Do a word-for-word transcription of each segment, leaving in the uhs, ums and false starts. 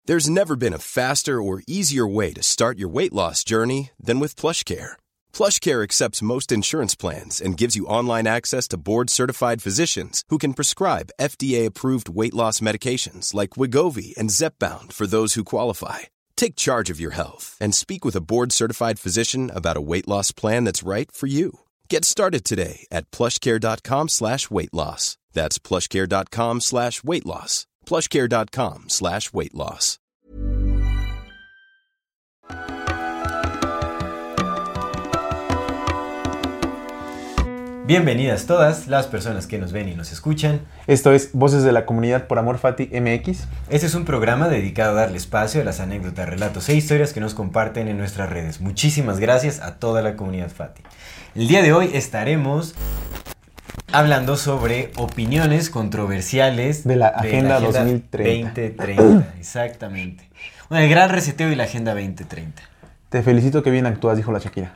There's never been a faster or easier way to start your weight loss journey than with PlushCare. PlushCare accepts most insurance plans and gives you online access to board-certified physicians who can prescribe F D A-approved weight loss medications like Wegovy and Zepbound for those who qualify. Take charge of your health and speak with a board-certified physician about a weight loss plan that's right for you. Get started today at plushcare.com slash weight loss. That's plushcare.com slash weight loss. plushcare.com slash weight loss. Bienvenidas todas las personas que nos ven y nos escuchan. Esto es Voces de la Comunidad por Amor Fati M X. Este es un programa dedicado a darle espacio a las anécdotas, relatos e historias que nos comparten en nuestras redes. Muchísimas gracias a toda la comunidad Fati. El día de hoy estaremos hablando sobre opiniones controversiales de la Agenda, de la agenda dos mil treinta. veinte treinta, exactamente. Bueno, el gran reseteo y la Agenda veinte treinta. Te felicito que bien actúas, dijo la Shakira.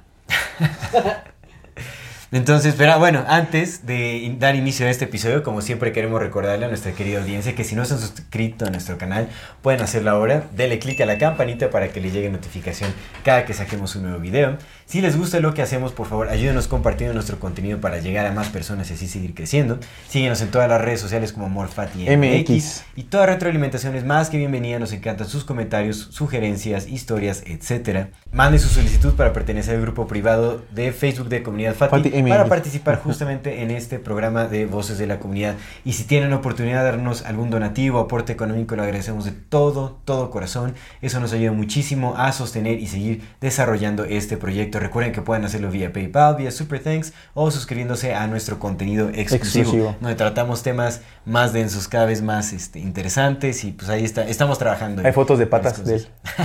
Entonces, pero bueno, antes de dar inicio a este episodio, como siempre queremos recordarle a nuestra querida audiencia que si no se han suscrito a nuestro canal, pueden hacerlo ahora. Denle click a la campanita para que les llegue notificación cada que saquemos un nuevo video. Si les gusta lo que hacemos, por favor, ayúdenos compartiendo nuestro contenido para llegar a más personas y así seguir creciendo. Síguenos en todas las redes sociales como AmorFati M X. Y toda retroalimentación es más que bienvenida. Nos encantan sus comentarios, sugerencias, historias, etcétera. Mande su solicitud para pertenecer al grupo privado de Facebook de Comunidad Fati, Fati para participar justamente en este programa de Voces de la Comunidad. Y si tienen la oportunidad de darnos algún donativo o aporte económico, lo agradecemos de todo, todo corazón. Eso nos ayuda muchísimo a sostener y seguir desarrollando este proyecto. Recuerden que pueden hacerlo vía PayPal, vía Super Thanks o suscribiéndose a nuestro contenido exclusivo, exclusivo. donde tratamos temas más densos, cada vez más este, interesantes y pues ahí está, estamos trabajando. Hay fotos de patas de él.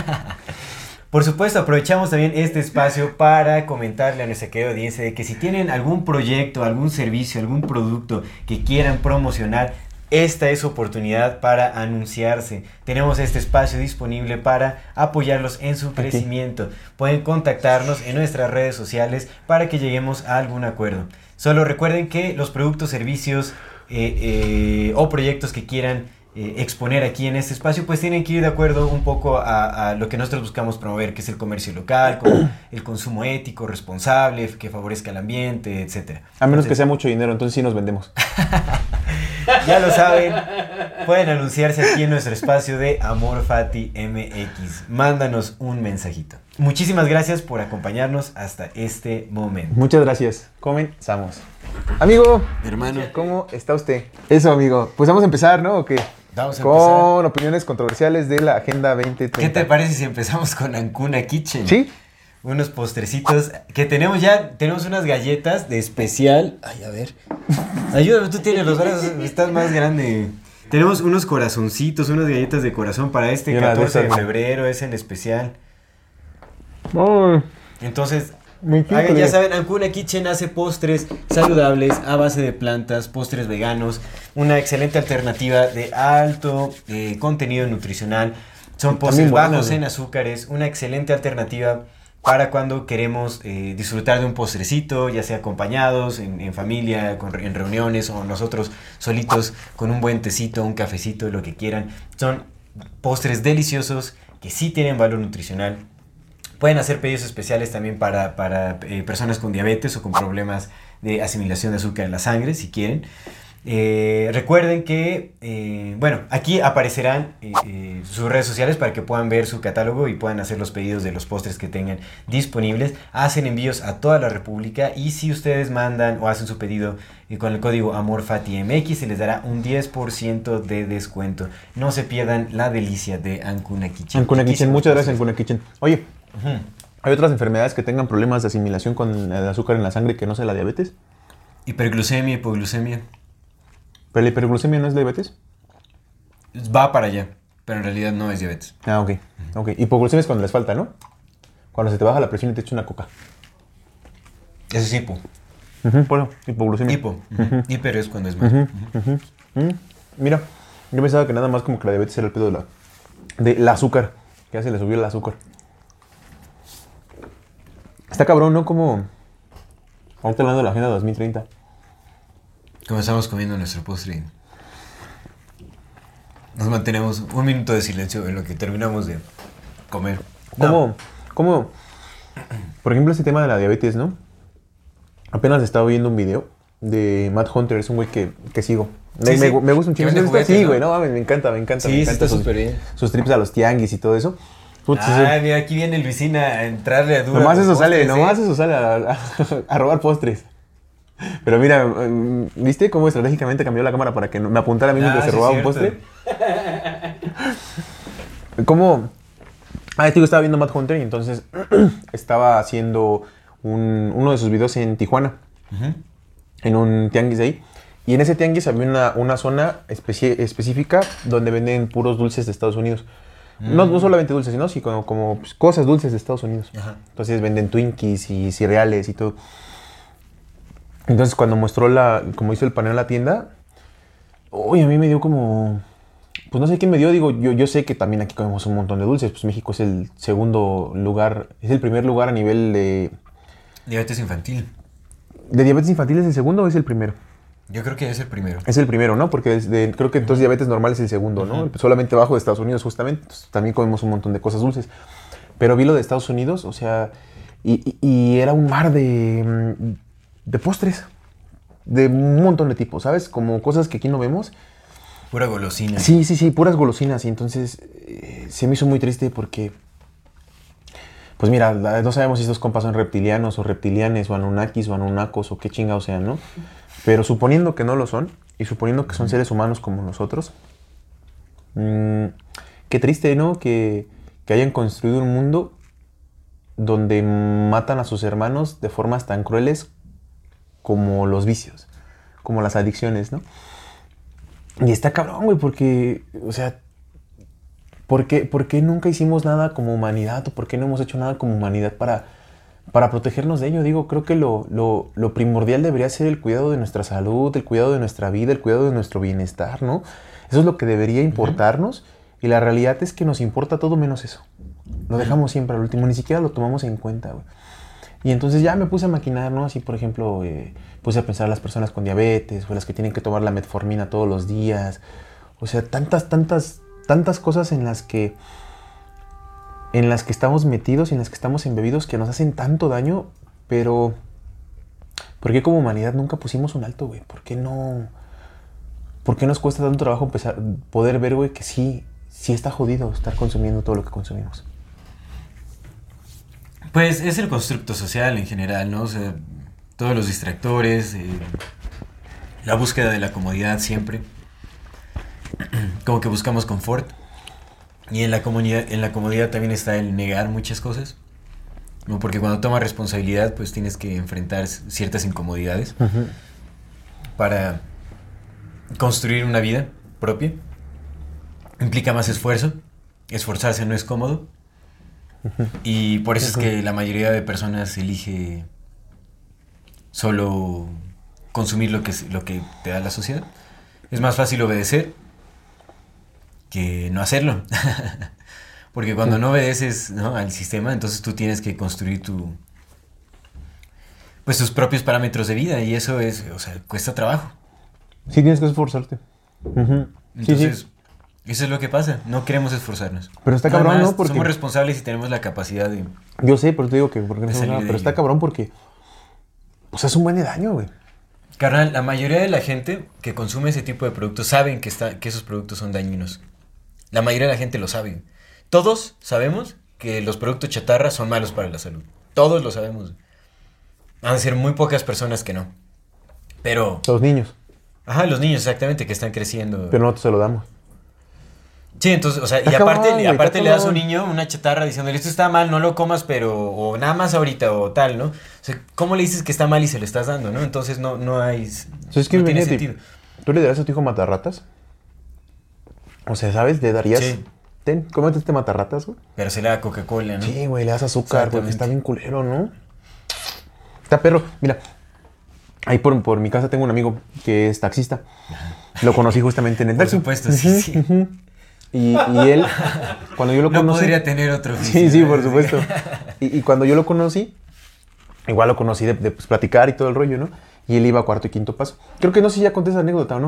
Por supuesto, aprovechamos también este espacio para comentarle a nuestra querida audiencia de que si tienen algún proyecto, algún servicio, algún producto que quieran promocionar, esta es su oportunidad para anunciarse. Tenemos este espacio disponible para apoyarlos en su crecimiento. Aquí. Pueden contactarnos en nuestras redes sociales para que lleguemos a algún acuerdo. Solo recuerden que los productos, servicios eh, eh, o proyectos que quieran eh, exponer aquí en este espacio, pues tienen que ir de acuerdo un poco a, a lo que nosotros buscamos promover, que es el comercio local, como el consumo ético, responsable, que favorezca el ambiente, etcétera. A menos entonces, que sea mucho dinero, entonces sí nos vendemos. Ya lo saben, pueden anunciarse aquí en nuestro espacio de AmorFati M X. Mándanos un mensajito. Muchísimas gracias por acompañarnos hasta este momento. Muchas gracias. Comenzamos. Amigo, hermano, ¿cómo está usted? Eso, amigo. Pues vamos a empezar, ¿no? ¿O qué? Vamos a con empezar. Opiniones controversiales de la Agenda veinte treinta. ¿Qué te parece si empezamos con Ancuna Kitchen? Sí. Unos postrecitos que tenemos ya, tenemos unas galletas de especial. Ay, a ver. Ayúdame, tú tienes los brazos, estás más grande. Tenemos unos corazoncitos, unas galletas de corazón para este catorce de febrero, es en especial. Oh, Entonces, hagan, ya saben, Ancuna Kitchen hace postres saludables a base de plantas, postres veganos, una excelente alternativa de alto eh, contenido nutricional. Son postres bajos en azúcares, una excelente alternativa para cuando queremos eh, disfrutar de un postrecito, ya sea acompañados, en, en familia, con, en reuniones o nosotros solitos con un buen tecito, un cafecito, lo que quieran. Son postres deliciosos que sí tienen valor nutricional. Pueden hacer pedidos especiales también para, para eh, personas con diabetes o con problemas de asimilación de azúcar en la sangre, si quieren. Eh, recuerden que, eh, bueno, aquí aparecerán eh, eh, sus redes sociales para que puedan ver su catálogo y puedan hacer los pedidos de los postres que tengan disponibles. Hacen envíos a toda la República y si ustedes mandan o hacen su pedido eh, con el código AmorFatiMX se les dará un diez por ciento de descuento. No se pierdan la delicia de Ancuna Kitchen. Ancuna Kitchen, muchas gracias Ancuna Kitchen. Oye, uh-huh. ¿hay otras enfermedades que tengan problemas de asimilación con el azúcar en la sangre que no sea la diabetes? Hiperglucemia, hipoglucemia. ¿Pero la hiperglucemia no es diabetes? Va para allá, pero en realidad no es diabetes. Ah, ok. Ok. Hipoglucemia es cuando les falta, ¿no? Cuando se te baja la presión y te echa una coca. Eso es hipo. Uh-huh, bueno, hipoglucemia. Hipo. Uh-huh. Uh-huh. Hiper es cuando es más. Uh-huh. Uh-huh. Uh-huh. Mira, yo pensaba que nada más como que la diabetes era el pedo de la, de la azúcar. Que ya se le subió el azúcar. Está cabrón, ¿no? Como... Ahorita hablando de la Agenda dos mil treinta. Comenzamos comiendo nuestro postre. Nos mantenemos un minuto de silencio en lo que terminamos de comer. ¿Cómo, no. cómo, por ejemplo, este tema de la diabetes, ¿no? Apenas estaba viendo un video de Matt Hunter, es un güey que, que sigo. Me, sí, me, sí. me gusta un chingo. Sí, güey, ¿no? no, me encanta, me encanta. Sí, me encanta está súper bien. Sus trips a los tianguis y todo eso. Putz, ah, mira, aquí viene Luisina a entrarle a duro. Nomás eso postres, sale, ¿eh? nomás eso sale a, a, a robar postres. Pero mira, ¿viste cómo estratégicamente cambió la cámara para que me apuntara a mí mientras ah, se sí robaba un postre? ¿Cómo? Ah, tío, estaba viendo Matt Hunter y entonces estaba haciendo un, uno de sus videos en Tijuana, uh-huh. en un tianguis de ahí. Y en ese tianguis había una, una zona especi- específica donde venden puros dulces de Estados Unidos. Mm. No, no solamente dulces, sino sí, como, como pues, cosas dulces de Estados Unidos. Ajá. Entonces venden Twinkies y cereales y todo. Entonces cuando mostró la, como hizo el paneo en la tienda, uy, a mí me dio como, pues no sé qué me dio, digo, yo, yo sé que también aquí comemos un montón de dulces, pues México es el segundo lugar, es el primer lugar a nivel de... Diabetes infantil. ¿De diabetes infantil es el segundo o es el primero? Yo creo que es el primero. Es el primero, ¿no? Porque desde, creo que entonces diabetes normal es el segundo, ¿no? Uh-huh. Solamente abajo de Estados Unidos, justamente. Entonces, también comemos un montón de cosas dulces. Pero vi lo de Estados Unidos, o sea, y, y, y era un mar de, de postres. De un montón de tipos, ¿sabes? Como cosas que aquí no vemos. Pura golosina. Sí, sí, sí, puras golosinas. Y entonces eh, se me hizo muy triste porque... Pues mira, no sabemos si estos compas son reptilianos o reptilianes o anunnakis o anunnacos o qué chingados sean, ¿no? Pero suponiendo que no lo son y suponiendo que son seres humanos como nosotros, mmm, qué triste, ¿no? Que, que hayan construido un mundo donde matan a sus hermanos de formas tan crueles como los vicios, como las adicciones, ¿no? Y está cabrón, güey, porque, o sea... ¿Por qué, ¿Por qué nunca hicimos nada como humanidad? ¿O por qué no hemos hecho nada como humanidad para, para protegernos de ello? Digo, creo que lo, lo, lo primordial debería ser el cuidado de nuestra salud, el cuidado de nuestra vida, el cuidado de nuestro bienestar, ¿no? Eso es lo que debería importarnos. Uh-huh. Y la realidad es que nos importa todo menos eso. Lo dejamos siempre al último, ni siquiera lo tomamos en cuenta, güey. Y entonces ya me puse a maquinar, ¿no? Así, por ejemplo, eh, puse a pensar en las personas con diabetes o las que tienen que tomar la metformina todos los días. O sea, tantas, tantas... Tantas cosas en las que en las que estamos metidos y en las que estamos embebidos que nos hacen tanto daño, pero ¿por qué como humanidad nunca pusimos un alto, güey? ¿Por qué no? ¿Por qué nos cuesta tanto trabajo empezar, poder ver, güey, que sí, sí está jodido estar consumiendo todo lo que consumimos? Pues es el constructo social en general, ¿no? O sea, todos los distractores, eh, la búsqueda de la comodidad siempre. Como que buscamos confort. Y en la comodidad, en la comodidad también está el negar muchas cosas, ¿no? Porque cuando tomas responsabilidad, pues tienes que enfrentar ciertas incomodidades uh-huh. para construir una vida propia. Implica más esfuerzo. Esforzarse no es cómodo. Uh-huh. Y por eso uh-huh. es que la mayoría de personas elige solo consumir lo que, lo que te da la sociedad. Es más fácil obedecer que no hacerlo. Porque cuando no obedeces, ¿no?, al sistema, entonces tú tienes que construir tu pues tus propios parámetros de vida, y eso es, o sea, cuesta trabajo. Sí, tienes que esforzarte. Uh-huh. Entonces, sí, sí. Eso es lo que pasa, no queremos esforzarnos. Pero está cabrón, Además, ¿no? Porque somos responsables y tenemos la capacidad de... Yo sé, pero te digo que porque no somos nada, pero está cabrón porque o sea, es un buen daño, güey. Carnal, la mayoría de la gente que consume ese tipo de productos saben que, está, que esos productos son dañinos. La mayoría de la gente lo sabe. Todos sabemos que los productos chatarra son malos para la salud. Todos lo sabemos. Van a ser muy pocas personas que no. Pero... Los niños. Ajá, los niños, exactamente, que están creciendo. Pero nosotros se lo damos. Sí, entonces, o sea, está y aparte, cabrón, y aparte le das a un niño una chatarra diciéndole, esto está mal, no lo comas, pero... O nada más ahorita, o tal, ¿no? O sea, ¿cómo le dices que está mal y se lo estás dando, no? Entonces no, no hay... O sea, es que no tiene sentido. ¿Tú le darías a tu hijo matarratas? O sea, ¿sabes? Le darías... Sí. Ten, cómete este matarratas, güey. Pero se le da Coca-Cola, ¿no? Sí, güey, le das azúcar, porque está bien culero, ¿no? Está perro. Mira, ahí por, por mi casa tengo un amigo que es taxista. Lo conocí justamente en el taxi. Por supuesto, sí, sí. Uh-huh. Y, y él, cuando yo lo no conocí... No podría tener otro oficio. Sí, sí, por supuesto. Y, y cuando yo lo conocí, igual lo conocí de, de pues, platicar y todo el rollo, ¿no? Y él iba a cuarto y quinto paso. Creo que no sé si ya conté esa anécdota o no,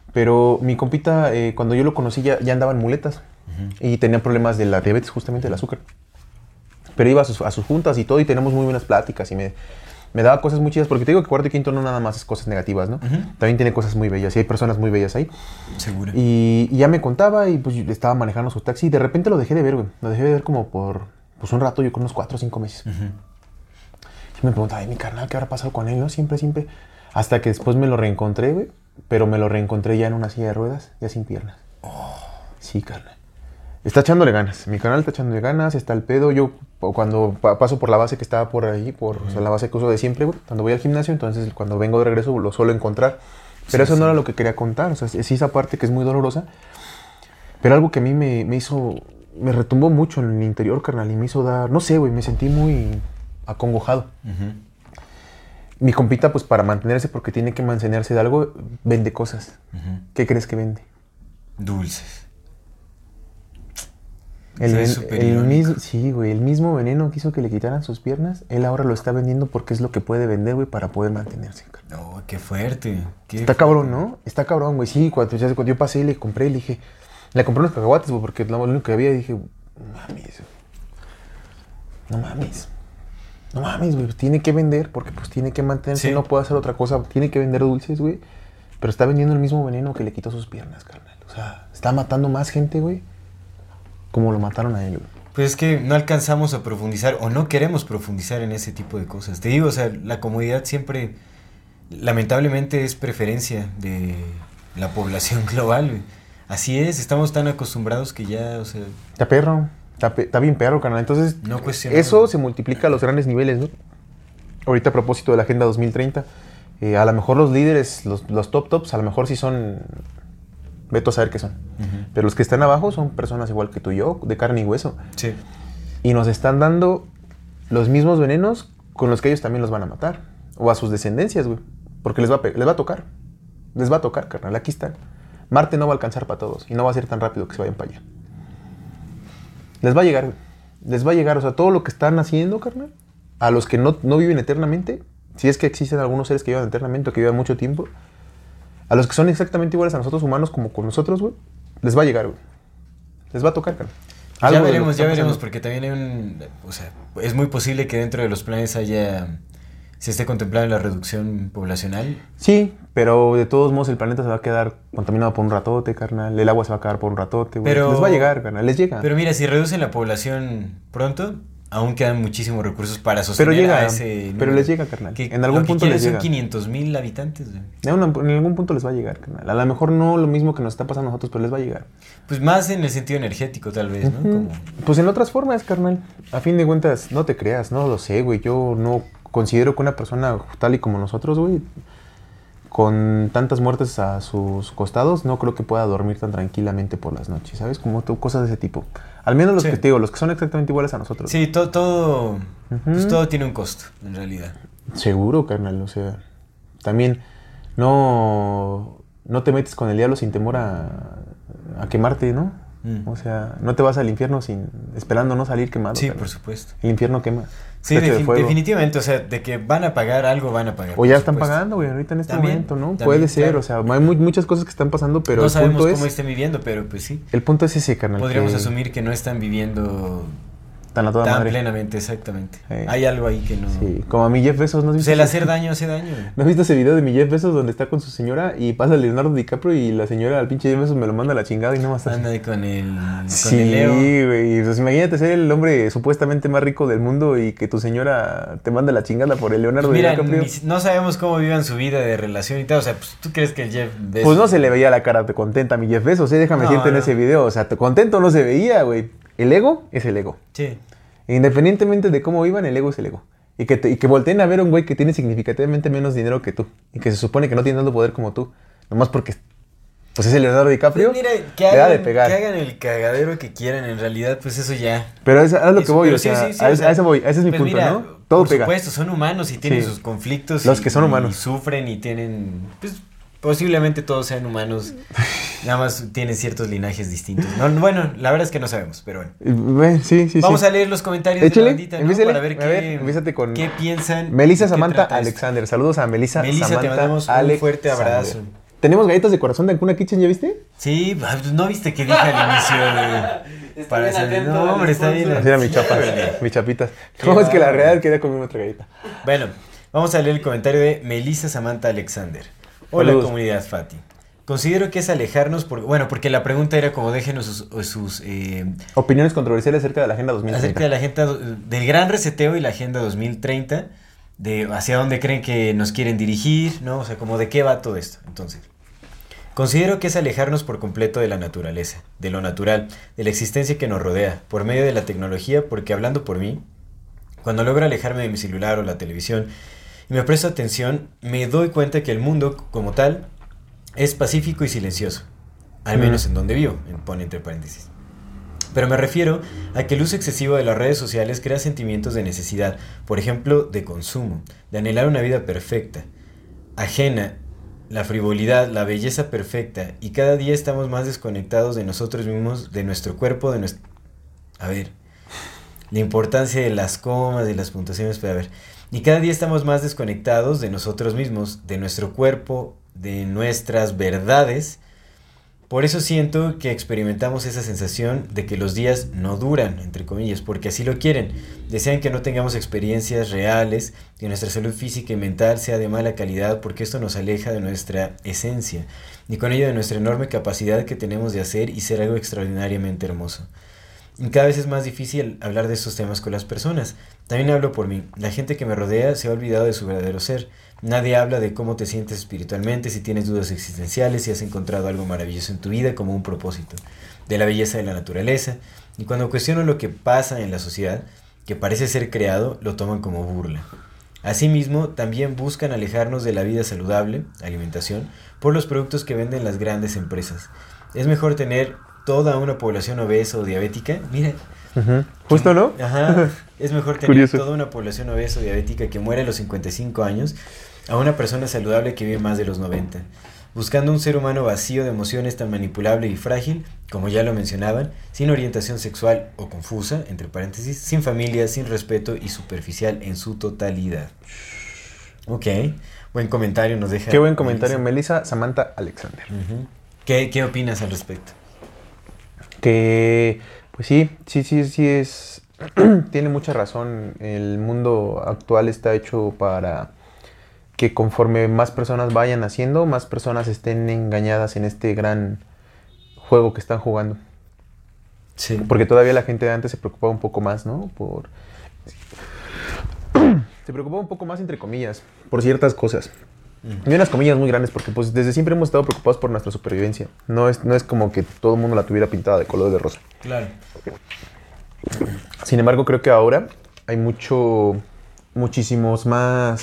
Pero mi compita, eh, cuando yo lo conocí, ya, ya andaba en muletas. Uh-huh. Y tenía problemas de la diabetes, justamente del azúcar. Pero iba a sus, a sus juntas y todo, y tenemos muy buenas pláticas. Y me, me daba cosas muy chidas. Porque te digo que cuarto y quinto no nada más es cosas negativas, ¿no? Uh-huh. También tiene cosas muy bellas. Y hay personas muy bellas ahí. Seguro. Y, y ya me contaba, y pues estaba manejando su taxi. Y de repente lo dejé de ver, güey. Lo dejé de ver como por pues, un rato, yo con unos cuatro o cinco meses. Uh-huh. Y me preguntaba, ay, mi carnal, ¿qué habrá pasado con él? ¿No? Siempre, siempre. Hasta que después me lo reencontré, güey. Pero me lo reencontré ya en una silla de ruedas, ya sin piernas. Oh. Sí, carnal. Está echándole ganas. Mi canal está echándole ganas, está el pedo. Yo cuando pa- paso por la base que estaba por ahí, por uh-huh. o sea, la base que uso de siempre, güey, cuando voy al gimnasio, entonces cuando vengo de regreso lo suelo encontrar. Pero sí, eso sí. no era lo que quería contar. O sea, sí esa parte que es muy dolorosa. Pero algo que a mí me, me hizo, me retumbó mucho en el interior, carnal, y me hizo dar, no sé, güey, me sentí muy acongojado. Uh-huh. Mi compita, pues para mantenerse, porque tiene que mantenerse de algo, vende cosas. Uh-huh. ¿Qué crees que vende? Dulces. El, el, el mismo, sí, güey, el mismo veneno que hizo que le quitaran sus piernas, él ahora lo está vendiendo porque es lo que puede vender, güey, para poder mantenerse. No, oh, qué fuerte. Qué está fuerte. Cabrón, ¿no? Está cabrón, güey. Sí, cuando, ya, cuando yo pasé y le compré, le dije, le compré unos cacahuates, güey, porque lo único que había, y dije, no mames, no mames. No mames, güey, pues tiene que vender porque pues tiene que mantenerse, sí. no puede hacer otra cosa, tiene que vender dulces, güey. Pero está vendiendo el mismo veneno que le quitó sus piernas, carnal. O sea, está matando más gente, güey, como lo mataron a él, güey. Pues es que no alcanzamos a profundizar o no queremos profundizar en ese tipo de cosas. Te digo, o sea, la comodidad siempre, lamentablemente, es preferencia de la población global, güey. Así es, estamos tan acostumbrados que ya, o sea... Ya perro. Está, está bien perro, carnal. Entonces, no eso se multiplica a los grandes niveles, ¿no? Ahorita a propósito de la Agenda dos mil treinta, eh, a lo mejor los líderes, los, los top tops, a lo mejor sí son... Veto a saber qué son. Uh-huh. Pero los que están abajo son personas igual que tú y yo, de carne y hueso. Sí. Y nos están dando los mismos venenos con los que ellos también los van a matar. O a sus descendencias, güey. Porque les va, a, les va a tocar. Les va a tocar, carnal. Aquí están. Marte no va a alcanzar para todos. Y no va a ser tan rápido que se vayan para allá. Les va a llegar, güey. Les va a llegar, o sea, todo lo que están haciendo, carnal, a los que no, no viven eternamente, si es que existen algunos seres que vivan eternamente o que vivan mucho tiempo, a los que son exactamente iguales a nosotros humanos como con nosotros, güey, les va a llegar, güey. Les va a tocar, carnal. Ya veremos, ya veremos, porque también hay un... O sea, es muy posible que dentro de los planes haya... se esté contemplando la reducción poblacional. Sí, pero de todos modos el planeta se va a quedar contaminado por un ratote, carnal. El agua se va a quedar por un ratote, güey. Pero, les va a llegar, carnal, les llega. Pero mira, si reducen la población pronto, aún quedan muchísimos recursos para sostener pero llega, a ese número. Pero les llega, carnal. Que, en algún punto les llega. Son quinientos mil habitantes, güey. En, una, en algún punto les va a llegar, carnal. A lo mejor no lo mismo que nos está pasando a nosotros, pero les va a llegar. Pues más en el sentido energético, tal vez, ¿no? Uh-huh. Como... Pues en otras formas, carnal. A fin de cuentas, no te creas, no lo sé, güey. Yo no... Considero que una persona tal y como nosotros, güey, con tantas muertes a sus costados, no creo que pueda dormir tan tranquilamente por las noches, ¿sabes? Como tú, cosas de ese tipo. Al menos los sí. que te digo, los que son exactamente iguales a nosotros. Sí, todo, todo, uh-huh. pues todo tiene un costo, en realidad. Seguro, carnal, o sea, también no, no te metes con el diablo sin temor a, a quemarte, ¿no? Mm. O sea, no te vas al infierno sin esperando no salir quemado. Sí, carnal. Por supuesto. El infierno quema. Sí, defin- de definitivamente, o sea, de que van a pagar algo, van a pagar. O ya están supuesto. pagando, güey, ahorita en este también, momento, ¿no? También, Puede ser, claro. O sea, hay muy, muchas cosas que están pasando, pero no el sabemos punto cómo es, estén viviendo, pero pues sí. El punto es ese, carnal. Podríamos que... asumir que no están viviendo tan a toda tan madre. plenamente, exactamente. Eh. Hay algo ahí que no... Sí, como a mi Jeff Bezos, ¿no has visto? Pues el hacer daño hace daño. ¿No has visto ese video de mi Jeff Bezos donde está con su señora y pasa Leonardo DiCaprio y la señora al pinche Jeff Bezos me lo manda a la chingada y no más? Anda ahí con el, con sí, el Leo. Sí, güey. Pues imagínate ser el hombre supuestamente más rico del mundo y que tu señora te manda la chingada por el Leonardo pues mira, DiCaprio. Ni, no sabemos cómo vivan su vida de relación y tal. O sea, pues tú crees que el Jeff Bezos... Pues no se le veía la cara de contenta a mi Jeff Bezos, ¿eh? Déjame no, decirte no. en ese video. O sea, contento no se veía, güey. El ego es el ego. Sí. Independientemente de cómo vivan, el ego es el ego. Y que, te, y que volteen a ver a un güey que tiene significativamente menos dinero que tú. Y que se supone que no tiene tanto poder como tú. Nomás porque pues es el Leonardo DiCaprio. Pues mira, que hagan, de pegar. que hagan el cagadero que quieran. En realidad, pues eso ya. Pero es, es lo que voy, o sea, sí, sí, sí, a, o sea, a eso voy. Ese es mi pues punto, mira, ¿no? Todo por pega. Por supuesto, son humanos y tienen sí. sus conflictos. Los y, que son humanos. Y sufren y tienen... Pues, posiblemente todos sean humanos, nada más tienen ciertos linajes distintos. No, bueno, la verdad es que no sabemos, pero bueno. Sí, sí, Vamos sí. a leer los comentarios Échale, de la bandita, ¿no? Empícele, Para ver, qué, ver con qué piensan. Melissa Samantha Alexander. Saludos a Melissa, Melissa Samantha te mandamos Alexander. un fuerte abrazo. Te Tenemos galletas de corazón de Ancuna Kitchen, ¿ya viste? Sí, ¿no viste que dije al inicio? De... Para salir. No, hombre, está bien. Así era mi chapas, mi chapitas. ¿Cómo es que la real quería comer otra galleta? Bueno, vamos a leer el comentario de Melissa Samantha Alexander. Hola, Saludos. Comunidad Fati. Considero que es alejarnos, por, bueno, porque la pregunta era como déjenos sus... sus eh, opiniones controversiales acerca de la Agenda dos mil treinta. Acerca de la agenda, del gran reseteo y la Agenda dos mil treinta, de hacia dónde creen que nos quieren dirigir, ¿no? O sea, como de qué va todo esto. Entonces, considero que es alejarnos por completo de la naturaleza, de lo natural, de la existencia que nos rodea, por medio de la tecnología, porque hablando por mí, cuando logro alejarme de mi celular o la televisión y me presto atención, me doy cuenta que el mundo, como tal, es pacífico y silencioso, al menos en donde vivo, pone entre paréntesis. Pero me refiero a que el uso excesivo de las redes sociales crea sentimientos de necesidad, por ejemplo, de consumo, de anhelar una vida perfecta, ajena, la frivolidad, la belleza perfecta, y cada día estamos más desconectados de nosotros mismos, de nuestro cuerpo, de nuestro... A ver, la importancia de las comas, de las puntuaciones, pero a ver, y cada día estamos más desconectados de nosotros mismos, de nuestro cuerpo, de nuestras verdades. Por eso siento que experimentamos esa sensación de que los días no duran, entre comillas, porque así lo quieren. Desean que no tengamos experiencias reales, que nuestra salud física y mental sea de mala calidad, porque esto nos aleja de nuestra esencia, y con ello de nuestra enorme capacidad que tenemos de hacer y ser algo extraordinariamente hermoso. Y cada vez es más difícil hablar de estos temas con las personas. También hablo por mí. La gente que me rodea se ha olvidado de su verdadero ser. Nadie habla de cómo te sientes espiritualmente, si tienes dudas existenciales, si has encontrado algo maravilloso en tu vida como un propósito, de la belleza de la naturaleza. Y cuando cuestiono lo que pasa en la sociedad, que parece ser creado, lo toman como burla. Asimismo, también buscan alejarnos de la vida saludable, alimentación, por los productos que venden las grandes empresas. Es mejor tener toda una población obesa o diabética, mira. Uh-huh. Justo, ¿no? Ajá. Es mejor tener Curioso. toda una población obesa o diabética que muere a los cincuenta y cinco años a una persona saludable que vive más de los noventa. Buscando un ser humano vacío de emociones, tan manipulable y frágil, como ya lo mencionaban, sin orientación sexual o confusa, entre paréntesis, sin familia, sin respeto y superficial en su totalidad. Ok. Buen comentario nos deja. Qué buen comentario, Melissa Samantha Alexander. Uh-huh. ¿Qué, ¿Qué opinas al respecto? Que, pues sí, sí, sí, sí es, tiene mucha razón. El mundo actual está hecho para que conforme más personas vayan haciendo, más personas estén engañadas en este gran juego que están jugando. Sí. Porque todavía la gente de antes se preocupaba un poco más, ¿no? Por... Se preocupaba un poco más, entre comillas, por ciertas cosas. Y unas comillas muy grandes, porque pues desde siempre hemos estado preocupados por nuestra supervivencia. No es, no es como que todo el mundo la tuviera pintada de color de rosa. Claro. Sin embargo, creo que ahora hay mucho, muchísimos más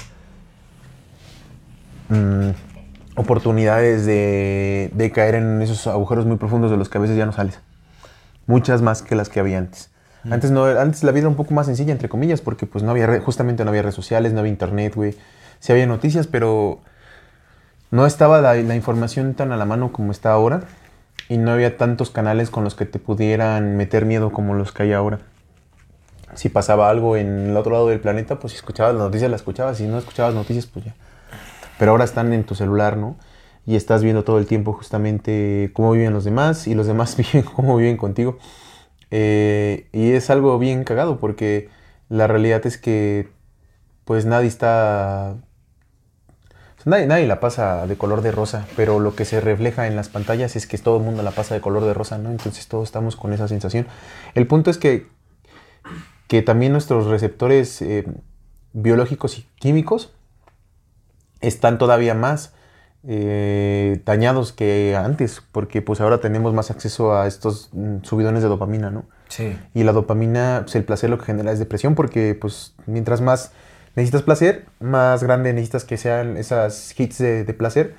mmm, oportunidades de, de caer en esos agujeros muy profundos de los que a veces ya no sales. Muchas más que las que había antes. Mm. Antes, no, antes la vida era un poco más sencilla, entre comillas, porque pues no había, justamente no había redes sociales, no había internet, güey. Sí había noticias, pero no estaba la, la información tan a la mano como está ahora. Y no había tantos canales con los que te pudieran meter miedo como los que hay ahora. Si pasaba algo en el otro lado del planeta, pues si escuchabas las noticias, las escuchabas. Si no escuchabas noticias, pues ya. Pero ahora están en tu celular, ¿no? Y estás viendo todo el tiempo justamente cómo viven los demás. Y los demás viven cómo viven contigo. Eh, y es algo bien cagado, porque la realidad es que pues nadie está... Nadie, nadie la pasa de color de rosa, pero lo que se refleja en las pantallas es que todo el mundo la pasa de color de rosa, ¿no? Entonces todos estamos con esa sensación. El punto es que, que también nuestros receptores eh, biológicos y químicos están todavía más eh, dañados que antes, porque pues ahora tenemos más acceso a estos mm, subidones de dopamina, ¿no? Sí. Y la dopamina, pues el placer lo que genera es depresión, porque pues mientras más necesitas placer, más grande necesitas que sean esas hits de, de placer.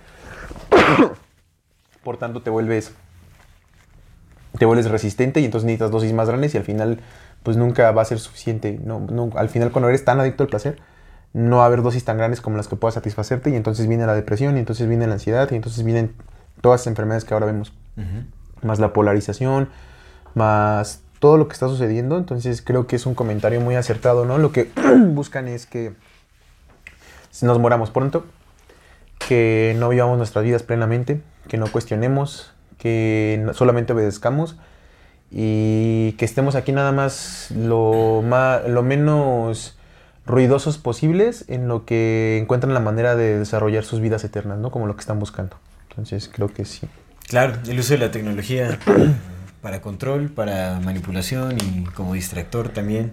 Por tanto, te vuelves te vuelves resistente y entonces necesitas dosis más grandes y al final, pues nunca va a ser suficiente. No, no, al final, cuando eres tan adicto al placer, no va a haber dosis tan grandes como las que puedas satisfacerte y entonces viene la depresión y entonces viene la ansiedad y entonces vienen todas las enfermedades que ahora vemos. Uh-huh. Más la polarización, más todo lo que está sucediendo. Entonces creo que es un comentario muy acertado, ¿no? Lo que buscan es que nos moramos pronto que no vivamos nuestras vidas plenamente, que no cuestionemos, que no, solamente obedezcamos y que estemos aquí nada más lo, más, lo menos ruidosos posibles en lo que encuentran la manera de desarrollar sus vidas eternas, ¿no? Como lo que están buscando. Entonces creo que sí. Claro, el uso de la tecnología para control, para manipulación y como distractor también.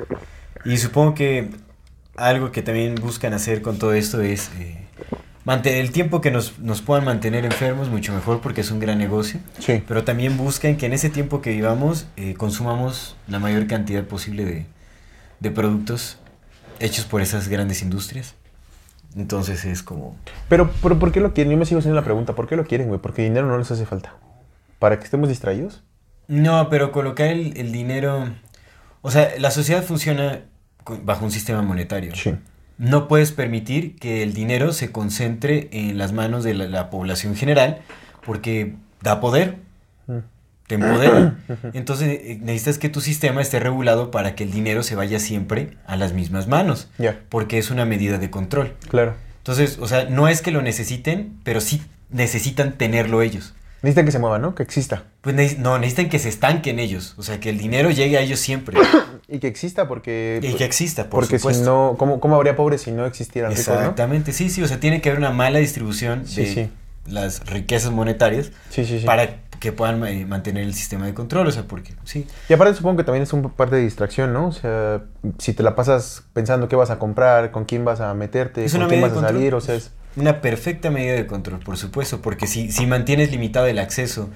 Y supongo que algo que también buscan hacer con todo esto es eh, mantener el tiempo que nos, nos puedan mantener enfermos, mucho mejor porque es un gran negocio. Sí. Pero también buscan que en ese tiempo que vivamos eh, consumamos la mayor cantidad posible de, de productos hechos por esas grandes industrias. Entonces es como... Pero, pero ¿por qué lo quieren? Yo me sigo haciendo la pregunta, ¿por qué lo quieren, güey? Porque dinero no les hace falta. ¿Para que estemos distraídos? No, pero colocar el, el dinero... O sea, la sociedad funciona bajo un sistema monetario. Sí. No puedes permitir que el dinero se concentre en las manos de la, la población general porque da poder, mm. te empodera. Entonces necesitas que tu sistema esté regulado para que el dinero se vaya siempre a las mismas manos. Yeah. Porque es una medida de control. Claro. Entonces, o sea, no es que lo necesiten, pero sí necesitan tenerlo ellos. Necesitan que se mueva, ¿no? Que exista. Pues ne- no, necesitan que se estanquen ellos. O sea, que el dinero llegue a ellos siempre. Y que exista porque... Y que exista, por porque supuesto. Si no, ¿cómo, ¿cómo habría pobres si no existieran ricos, Exactamente, ¿no? sí, sí. O sea, tiene que haber una mala distribución sí, de sí. las riquezas monetarias sí, sí, sí. para que puedan eh, mantener el sistema de control. O sea, porque, sí. Y aparte supongo que también es un parte de distracción, ¿no? O sea, si te la pasas pensando qué vas a comprar, con quién vas a meterte, es con quién vas a salir, o sea, es... Una perfecta medida de control, por supuesto, porque si, si mantienes limitado el acceso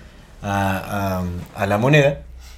a, a, a la moneda,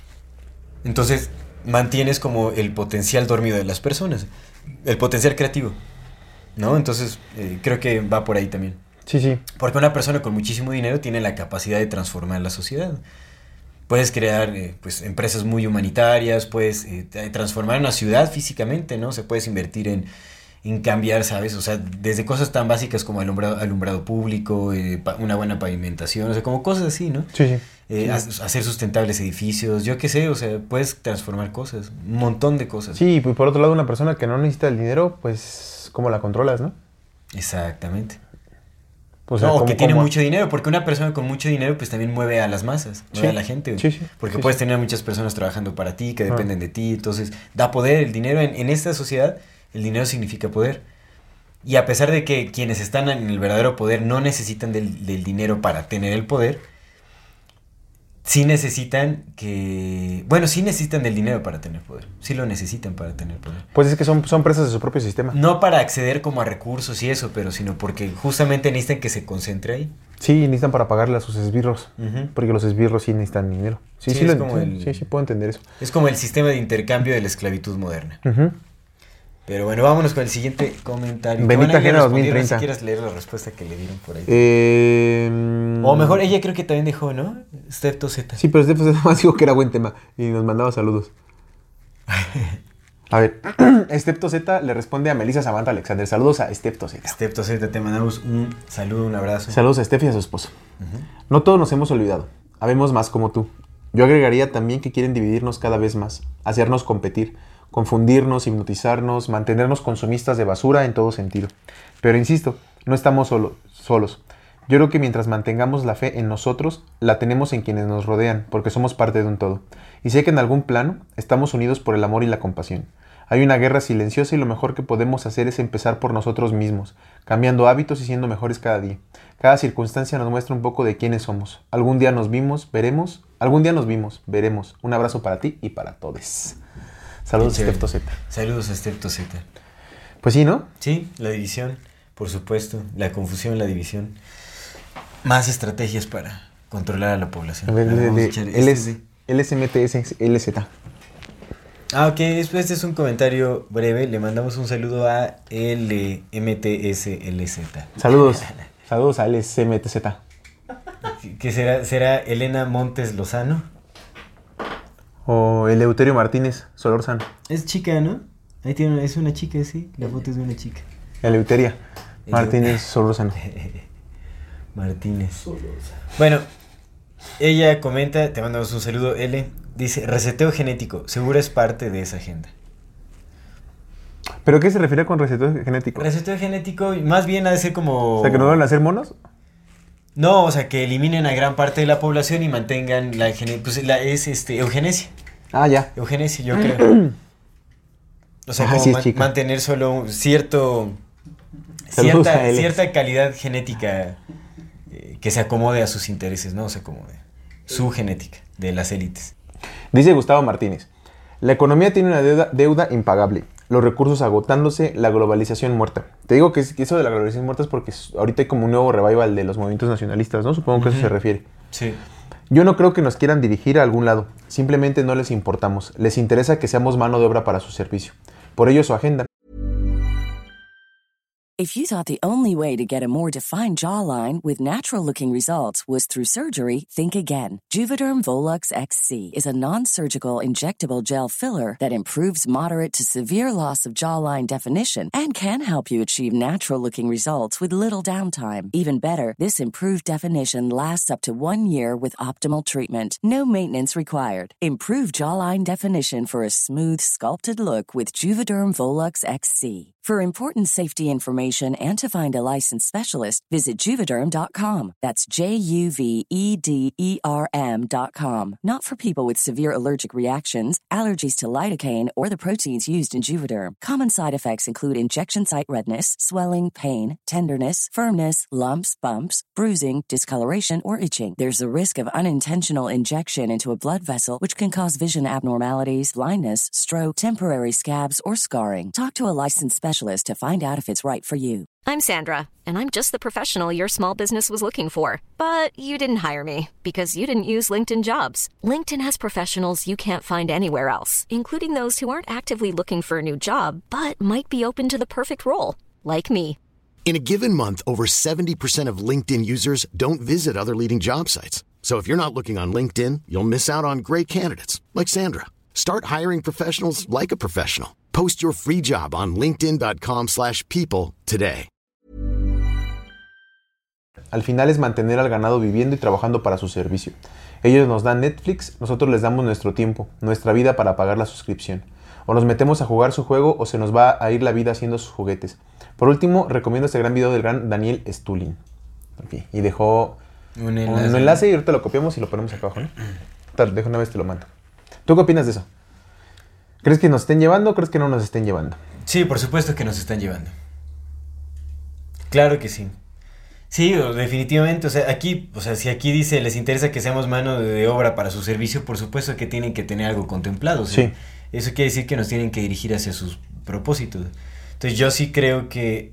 entonces mantienes como el potencial dormido de las personas, el potencial creativo, ¿no? Entonces eh, creo que va por ahí también. Sí, sí. Porque una persona con muchísimo dinero tiene la capacidad de transformar la sociedad. Puedes crear eh, pues, empresas muy humanitarias, puedes eh, transformar una ciudad físicamente, ¿no? O sea, puedes invertir en... en cambiar, ¿sabes? O sea, desde cosas tan básicas como alumbrado, alumbrado público, eh, pa- una buena pavimentación, o sea, como cosas así, ¿no? Sí, sí. Eh, sí. ha- hacer sustentables edificios, yo qué sé, o sea, puedes transformar cosas, un montón de cosas. Sí, y por otro lado, una persona que no necesita el dinero, pues, ¿cómo la controlas, no? Exactamente. O sea, no, ¿cómo, que tiene cómo? mucho dinero, porque una persona con mucho dinero pues también mueve a las masas, mueve Sí, a la gente. sí, sí, porque sí, puedes sí. tener muchas personas trabajando para ti, que Ah. dependen de ti, entonces da poder, el dinero en, en esta sociedad, el dinero significa poder. Y a pesar de que quienes están en el verdadero poder no necesitan del, del dinero para tener el poder, sí necesitan que... Bueno, sí necesitan del dinero para tener poder. Sí lo necesitan para tener poder. Pues es que son, son presas de su propio sistema. No para acceder como a recursos y eso, pero sino porque justamente necesitan que se concentre ahí. Sí, necesitan para pagarle a sus esbirros. Uh-huh. Porque los esbirros sí necesitan dinero. Sí, Sí, sí, es lo, como sí, el- sí, sí, puedo entender eso. Es como el sistema de intercambio de la esclavitud moderna. Uh-huh. Pero bueno, vámonos con el siguiente comentario. Bendita Bueno, ahí le Jena respondieron, dos mil treinta. Si quieres leer la respuesta que le dieron por ahí. Eh, O mejor, ella creo que también dejó, ¿no? Stepto Z. Sí, pero Stepto además dijo que era buen tema y nos mandaba saludos. A ver, Stepto Z le responde a Melissa Samantha Alexander. Saludos a Stepto Z. Stepto Z, te mandamos un saludo, un abrazo. Saludos a Steph y a su esposo. Uh-huh. No todos nos hemos olvidado. Habemos más como tú. Yo agregaría también que quieren dividirnos cada vez más, hacernos competir, confundirnos, hipnotizarnos, mantenernos consumistas de basura en todo sentido. Pero insisto, no estamos solo, solos. Yo creo que mientras mantengamos la fe en nosotros, la tenemos en quienes nos rodean, porque somos parte de un todo. Y sé que en algún plano estamos unidos por el amor y la compasión. Hay una guerra silenciosa y lo mejor que podemos hacer es empezar por nosotros mismos, cambiando hábitos y siendo mejores cada día. Cada circunstancia nos muestra un poco de quiénes somos. Algún día nos vimos, veremos. Algún día nos vimos, veremos. Un abrazo para ti y para todos. Saludos, Stepto Z. Saludos a Stepto Z. Pues sí, ¿no? Sí, la división, por supuesto. La confusión, la división. Más estrategias para controlar a la población. A ver, Ahora de- vamos a de- echar L este S de- L S M T S L Z. Ah, ok, este es un comentario breve. Le mandamos un saludo a L M T S L Z. Saludos. Saludos a L S M T Z. ¿Qué será? ¿Será Elena Montes Lozano? O Eleuterio Martínez Solórzano. Es chica, ¿no? Ahí tiene una, es una chica, sí. La foto es de una chica. Eleuteria Martínez Solórzano. Martínez. Bueno, ella comenta, te mandamos un saludo, L. Dice, reseteo genético, seguro es parte de esa agenda. ¿Pero qué se refiere con reseteo genético? Reseteo genético, más bien ha de ser como... O sea, ¿que no van a ser monos? No, o sea, que eliminen a gran parte de la población y mantengan la genética. Pues la, es este, eugenesia. Ah, ya. Eugenesia, yo creo. O sea, Ah, como sí es man- chica. mantener solo cierto... Saludos a Cierta, Alex. cierta calidad genética eh, que se acomode a sus intereses, ¿no? O sea, como de su genética, de las élites. Dice Gustavo Martínez. La economía tiene una deuda, deuda impagable. Los recursos agotándose, la globalización muerta. Te digo que, es, que eso de la globalización muerta es porque ahorita hay como un nuevo revival de los movimientos nacionalistas, ¿no? Supongo que uh-huh. eso se refiere. Sí. Yo no creo que nos quieran dirigir a algún lado. Simplemente no les importamos. Les interesa que seamos mano de obra para su servicio. Por ello su agenda. If you thought the only way to get a more defined jawline with natural-looking results was through surgery, think again. Juvederm Volux X C is a non-surgical injectable gel filler that improves moderate to severe loss of jawline definition and can help you achieve natural-looking results with little downtime. Even better, this improved definition lasts up to one year with optimal treatment. No maintenance required. Improve jawline definition for a smooth, sculpted look with Juvederm Volux X C. For important safety information and to find a licensed specialist, visit Juvederm dot com. That's J U V E D E R M dot com. Not for people with severe allergic reactions, allergies to lidocaine, or the proteins used in Juvederm. Common side effects include injection site redness, swelling, pain, tenderness, firmness, lumps, bumps, bruising, discoloration, or itching. There's a risk of unintentional injection into a blood vessel, which can cause vision abnormalities, blindness, stroke, temporary scabs, or scarring. Talk to a licensed specialist to find out if it's right for you. I'm Sandra, and I'm just the professional your small business was looking for. But you didn't hire me because you didn't use LinkedIn Jobs. LinkedIn has professionals you can't find anywhere else, including those who aren't actively looking for a new job, but might be open to the perfect role, like me. In a given month, over seventy percent of LinkedIn users don't visit other leading job sites. So if you're not looking on LinkedIn, you'll miss out on great candidates, like Sandra. Start hiring professionals like a professional. Post your free job on linkedin dot com slash people today. Al final es mantener al ganado viviendo y trabajando para su servicio. Ellos nos dan Netflix, nosotros les damos nuestro tiempo, nuestra vida para pagar la suscripción. O nos metemos a jugar su juego o se nos va a ir la vida haciendo sus juguetes. Por último, recomiendo este gran video del gran Daniel Stulin. Okay. Y dejó un enlace. un enlace y ahorita lo copiamos y lo ponemos acá abajo, ¿no? Tal, dejo una vez te lo mando. ¿Tú qué opinas de eso? ¿Crees que nos estén llevando o crees que no nos estén llevando? Sí, por supuesto que nos están llevando. Claro que sí. Sí, definitivamente. O sea, aquí, o sea, si aquí dice les interesa que seamos mano de obra para su servicio, por supuesto que tienen que tener algo contemplado. ¿Sí? Sí. Eso quiere decir que nos tienen que dirigir hacia sus propósitos. Entonces yo sí creo que...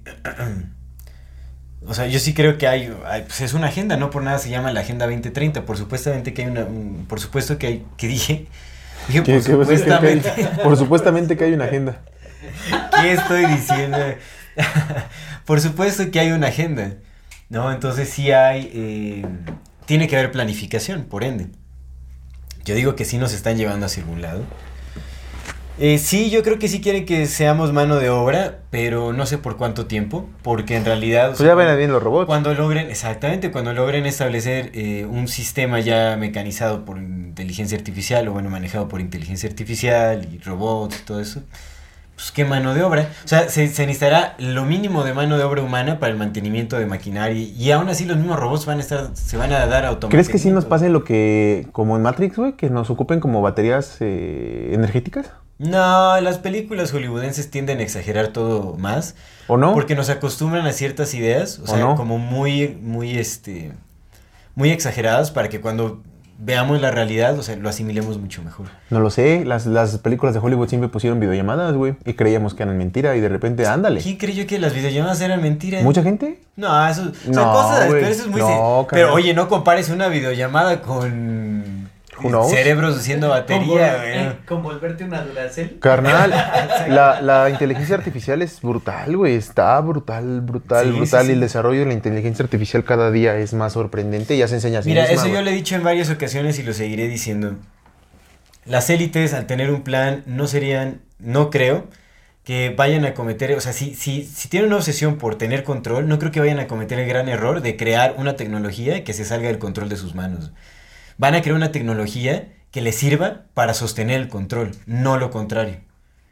O sea, yo sí creo que hay, hay pues es una agenda, no por nada se llama la Agenda veinte treinta. Por supuestamente que hay una... Un, por supuesto que hay... que dije... Dije, por, supuestamente. Que hay, por supuestamente que hay una agenda. ¿Qué estoy diciendo? Por supuesto que hay una agenda, ¿no? Entonces sí hay... Eh, tiene que haber planificación, por ende. Yo digo que sí nos están llevando hacia algún lado. Eh, sí, yo creo que sí quieren que seamos mano de obra, pero no sé por cuánto tiempo, porque en realidad... Pues o sea, ya ven bien los robots. Cuando logren, exactamente, cuando logren establecer eh, un sistema ya mecanizado por inteligencia artificial, o bueno, manejado por inteligencia artificial y robots y todo eso, pues qué mano de obra. O sea, se, se necesitará lo mínimo de mano de obra humana para el mantenimiento de maquinaria, y aún así los mismos robots van a estar, se van a dar automáticamente. ¿Crees que sí nos pase lo que, como en Matrix, güey, que nos ocupen como baterías eh, energéticas? No, las películas hollywoodenses tienden a exagerar todo más. ¿O no? Porque nos acostumbran a ciertas ideas, o, o sea, no? como muy, muy, este, muy exageradas para que cuando veamos la realidad, o sea, lo asimilemos mucho mejor. No lo sé, las, las películas de Hollywood siempre pusieron videollamadas, güey, y creíamos que eran mentira y de repente, ándale. ¿Quién creyó que las videollamadas eran mentira? ¿Mucha gente? No, eso son no, cosas, pero eso es muy... No, se... Pero oye, no compares una videollamada con... cerebros haciendo batería, con, güey. Eh, con volverte una Duracell. Carnal, la, la inteligencia artificial es brutal, güey. Está brutal, brutal, sí, brutal. Sí, sí. Y el desarrollo de la inteligencia artificial cada día es más sorprendente y ya se enseña así. Mira, misma, eso güey. yo le he dicho en varias ocasiones y lo seguiré diciendo. Las élites, al tener un plan, no serían, no creo, que vayan a cometer, o sea, si, si, si tienen una obsesión por tener control, no creo que vayan a cometer el gran error de crear una tecnología que se salga del control de sus manos. Van a crear una tecnología que les sirva para sostener el control, no lo contrario.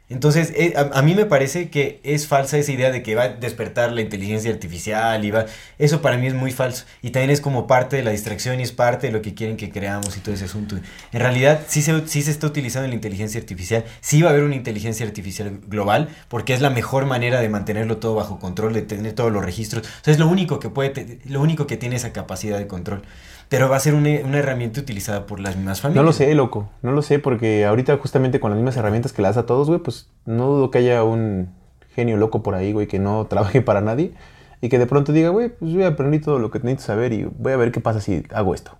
Entonces, eh, a, a mí me parece que es falsa esa idea de que va a despertar la inteligencia artificial y va... Eso para mí es muy falso. Y también es como parte de la distracción y es parte de lo que quieren que creamos y todo ese asunto. En realidad, sí se, sí se está utilizando la inteligencia artificial. Sí va a haber una inteligencia artificial global porque es la mejor manera de mantenerlo todo bajo control, de tener todos los registros. O sea, es lo único que puede, te, lo único que tiene esa capacidad de control. Pero va a ser una, una herramienta utilizada por las mismas familias. No lo sé, loco. No lo sé porque ahorita justamente con las mismas herramientas que le das a todos, güey, pues no dudo que haya un genio loco por ahí, güey, que no trabaje para nadie y que de pronto diga, güey, pues voy a aprender todo lo que necesito saber y voy a ver qué pasa si hago esto.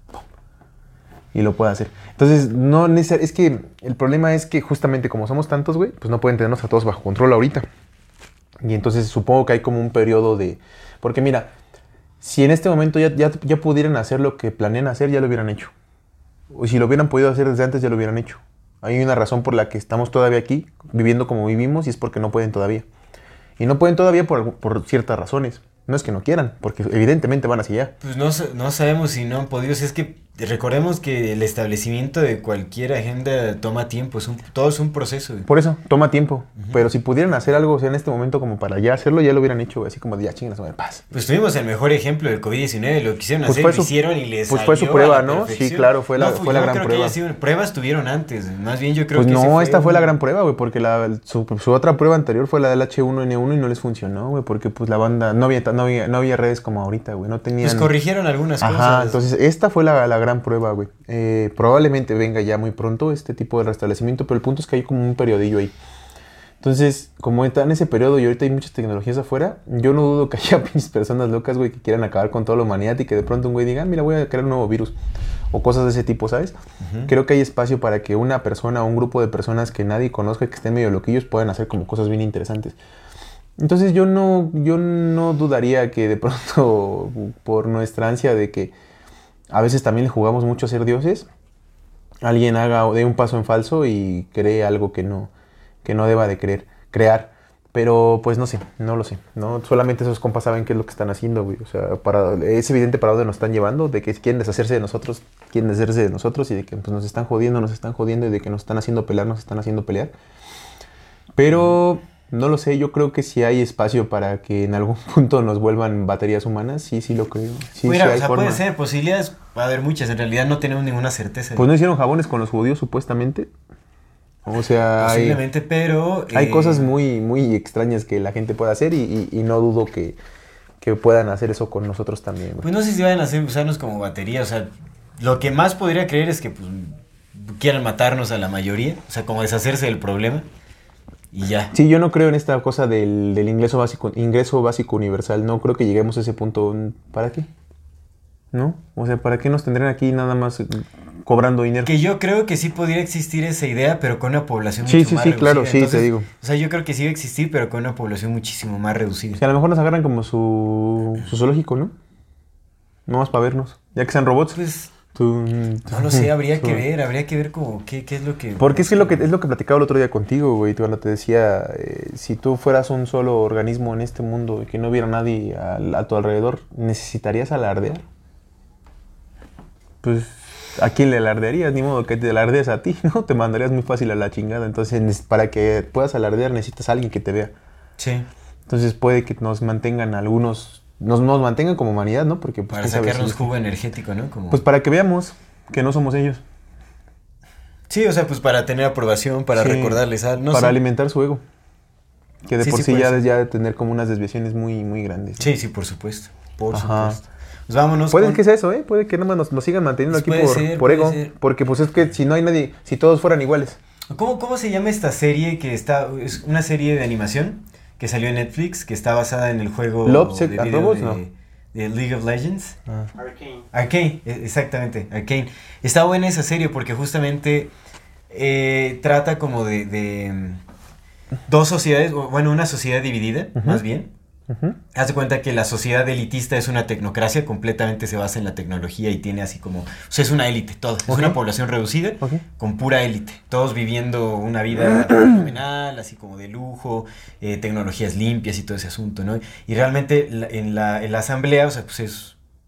Y lo pueda hacer. Entonces, no neces- es que el problema es que justamente como somos tantos, güey, pues no pueden tenernos a todos bajo control ahorita. Y entonces supongo que hay como un periodo de... Porque mira... Si en este momento ya, ya, ya pudieran hacer lo que planean hacer, ya lo hubieran hecho. O si lo hubieran podido hacer desde antes, ya lo hubieran hecho. Hay una razón por la que estamos todavía aquí, viviendo como vivimos, y es porque no pueden todavía. Y no pueden todavía por, por ciertas razones. No es que no quieran, porque evidentemente van hacia allá. Pues no, no sabemos si no han podido. Es que recordemos que el establecimiento de cualquier agenda toma tiempo. Es un, todo es un proceso. Güey. Por eso, toma tiempo. Uh-huh. Pero si pudieran hacer algo, o sea, en este momento como para ya hacerlo, ya lo hubieran hecho. Güey. Así como de ya chingas, a paz. Pues tuvimos el mejor ejemplo del covid diecinueve. Lo quisieron pues hacer, su, lo hicieron y les Pues salió fue su prueba, a la ¿no? perfección. Sí, claro, fue la, no, fue la gran creo prueba. Que sido, pruebas tuvieron antes. Más bien yo creo pues que... no, fue esta un... fue la gran prueba, güey. Porque la, su, su otra prueba anterior fue la del hache uno ene uno y no les funcionó, güey. Porque pues la banda... No había, no había, no había redes como ahorita, güey. No tenían... Pues corrigieron algunas Ajá, cosas. Entonces esta fue la, la gran prueba, güey. Eh, probablemente venga ya muy pronto este tipo de restablecimiento, pero el punto es que hay como un periodillo ahí. Entonces, como está en ese periodo y ahorita hay muchas tecnologías afuera, yo no dudo que haya pinches personas locas, güey, que quieran acabar con toda la humanidad y que de pronto un güey diga, ah, mira, voy a crear un nuevo virus. O cosas de ese tipo, ¿sabes? Uh-huh. Creo que hay espacio para que una persona o un grupo de personas que nadie conozca, que estén medio loquillos, puedan hacer como cosas bien interesantes. Entonces yo no, yo no dudaría que de pronto, por nuestra ansia de que a veces también le jugamos mucho a ser dioses, alguien haga, dé un paso en falso y cree algo que no, que no deba de creer, crear. Pero pues no sé, no lo sé, ¿no? Solamente esos compas saben qué es lo que están haciendo, güey. O sea, para, es evidente para dónde nos están llevando, de que quieren deshacerse de nosotros, quieren deshacerse de nosotros y de que pues, nos están jodiendo, nos están jodiendo y de que nos están haciendo pelear, nos están haciendo pelear. Pero... No lo sé, yo creo que si hay espacio para que en algún punto nos vuelvan baterías humanas, sí, sí lo creo. Sí, Mira, sí hay o sea, forma. puede ser, posibilidades va a haber muchas, en realidad no tenemos ninguna certeza. Pues no hicieron jabones con los judíos, supuestamente. O sea, posiblemente, hay, pero... Hay eh, cosas muy, muy extrañas que la gente puede hacer y, y, y no dudo que, que puedan hacer eso con nosotros también. Güey. Pues no sé si vayan a hacer, usarnos como batería, o sea, lo que más podría creer es que pues, quieran matarnos a la mayoría, o sea, como deshacerse del problema. Y ya. Sí, yo no creo en esta cosa del, del ingreso básico, ingreso básico universal. No creo que lleguemos a ese punto. ¿Para qué? ¿No? O sea, ¿para qué nos tendrían aquí nada más cobrando dinero? Que yo creo que sí podría existir esa idea, pero con una población sí, mucho sí, más sí, reducida. Claro, sí, Entonces, te digo. O sea, yo creo que sí va a existir, pero con una población muchísimo más reducida. O sea, a lo mejor nos agarran como su, su zoológico, ¿no? No más para vernos. Ya que sean robots. Pues... Tú, no lo sé, habría que ver, habría que ver como qué, qué es lo que... Porque es que, lo que es lo que platicaba el otro día contigo, güey, cuando te decía, eh, si tú fueras un solo organismo en este mundo y que no hubiera nadie a, a tu alrededor, ¿necesitarías alardear? Pues, ¿a quién le alardearías? Ni modo que te alardees a ti, ¿no? Te mandarías muy fácil a la chingada. Entonces, para que puedas alardear necesitas a alguien que te vea. Sí. Entonces puede que nos mantengan algunos... Nos, nos mantengan como humanidad, ¿no? Porque pues, para sacarnos jugo energético, ¿no? Como... Pues para que veamos que no somos ellos. Sí, o sea, pues para tener aprobación, para sí, recordarles algo. No para sé. alimentar su ego. Que de sí, por sí, sí ya, ya de tener como unas desviaciones muy, muy grandes. ¿no? Sí, sí, por supuesto. Por Ajá. supuesto. Pues vámonos. Puede con... que sea eso, ¿eh? Puede que nada más nos, nos sigan manteniendo pues aquí por, ser, por ego. Ser. Porque pues es que si no hay nadie, si todos fueran iguales. ¿Cómo, cómo se llama esta serie que está, es una serie de animación que salió en Netflix, que está basada en el juego Love, de, video Robots, de, no. de League of Legends? Ah. Arcane. Arcane, exactamente, Arcane. Está buena esa serie porque justamente eh, trata como de, de dos sociedades, bueno, una sociedad dividida, uh-huh. más bien. Uh-huh. Haz de cuenta que la sociedad elitista es una tecnocracia, completamente se basa en la tecnología y tiene así como... O sea, es una élite, todo. Okay. Es una población reducida okay. con pura élite. Todos viviendo una vida fenomenal, así como de lujo, eh, tecnologías limpias y todo ese asunto, ¿no? Y realmente la, en, la, en la asamblea, o sea, pues es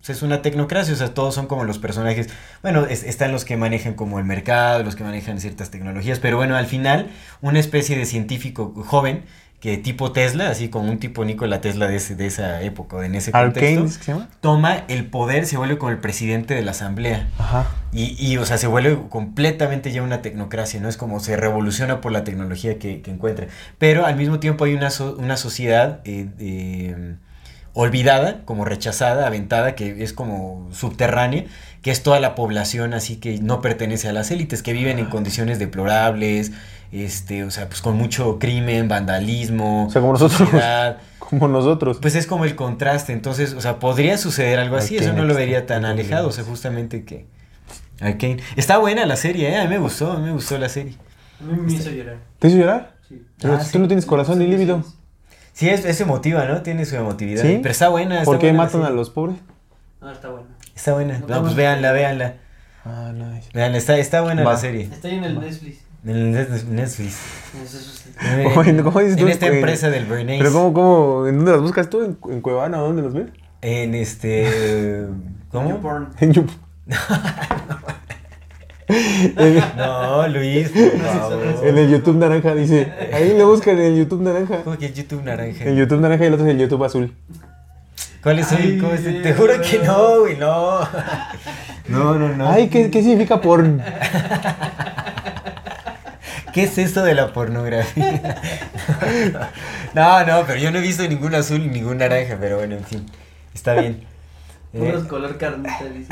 pues es una tecnocracia, o sea, todos son como los personajes, bueno, es, están los que manejan como el mercado, los que manejan ciertas tecnologías, pero bueno, al final, una especie de científico joven, que tipo Tesla, así como un tipo Nikola Tesla de, ese, de esa época, en ese contexto, Arcane, ¿qué se llama? Toma el poder, se vuelve como el presidente de la asamblea. Ajá. Y, y, o sea, se vuelve completamente ya una tecnocracia, ¿no? Es como se revoluciona por la tecnología que, que encuentra. Pero al mismo tiempo hay una, so, una sociedad eh, eh, olvidada, como rechazada, aventada, que es como subterránea, que es toda la población así que no pertenece a las élites, que viven en condiciones deplorables, este, o sea, pues con mucho crimen, vandalismo, o sea, como nosotros, sociedad. Como nosotros. Pues es como el contraste, entonces, o sea, podría suceder algo así, Arcane, eso no lo vería tan alejado, o sea, justamente que... Arcane. Está buena la serie, ¿eh? A mí me gustó, a mí me gustó la serie. A mí me hizo llorar. ¿Te hizo llorar? Sí. Pero Ah, si sí. tú no tienes corazón ni líbido. Sí, es, es emotiva, ¿no? Tiene su emotividad. ¿Sí? Pero está buena. Está ¿Por qué buena matan a los pobres? No, está bueno. Está buena. No, No, no, pues no. véanla, véanla. Ah, nice. Véanla, está, está buena Va. la serie. Está ahí en el Netflix. En el Net- Netflix. Eso sí. Oye, ¿cómo dices tú? En esta En- empresa del Bernays. Pero ¿cómo, cómo? ¿En dónde las buscas tú? ¿En, en Cuevana o dónde los ves? En este... ¿Cómo? YouPorn. En YouTube. No, Luis, por favor. En el YouTube naranja dice. Ahí lo buscan en el YouTube naranja. ¿Cómo que el YouTube naranja? El YouTube naranja y el otro es el YouTube azul. ¿Cuál es Ay, el? ¿Cómo es? Te Dios. juro que no, güey, no. No, no, no. Ay, ¿qué, qué significa porn? ¿Qué es esto de la pornografía? No, no, pero yo no he visto ningún azul ni ningún naranja, pero bueno, en fin. Está bien. Puros Eh, color carnita, dice.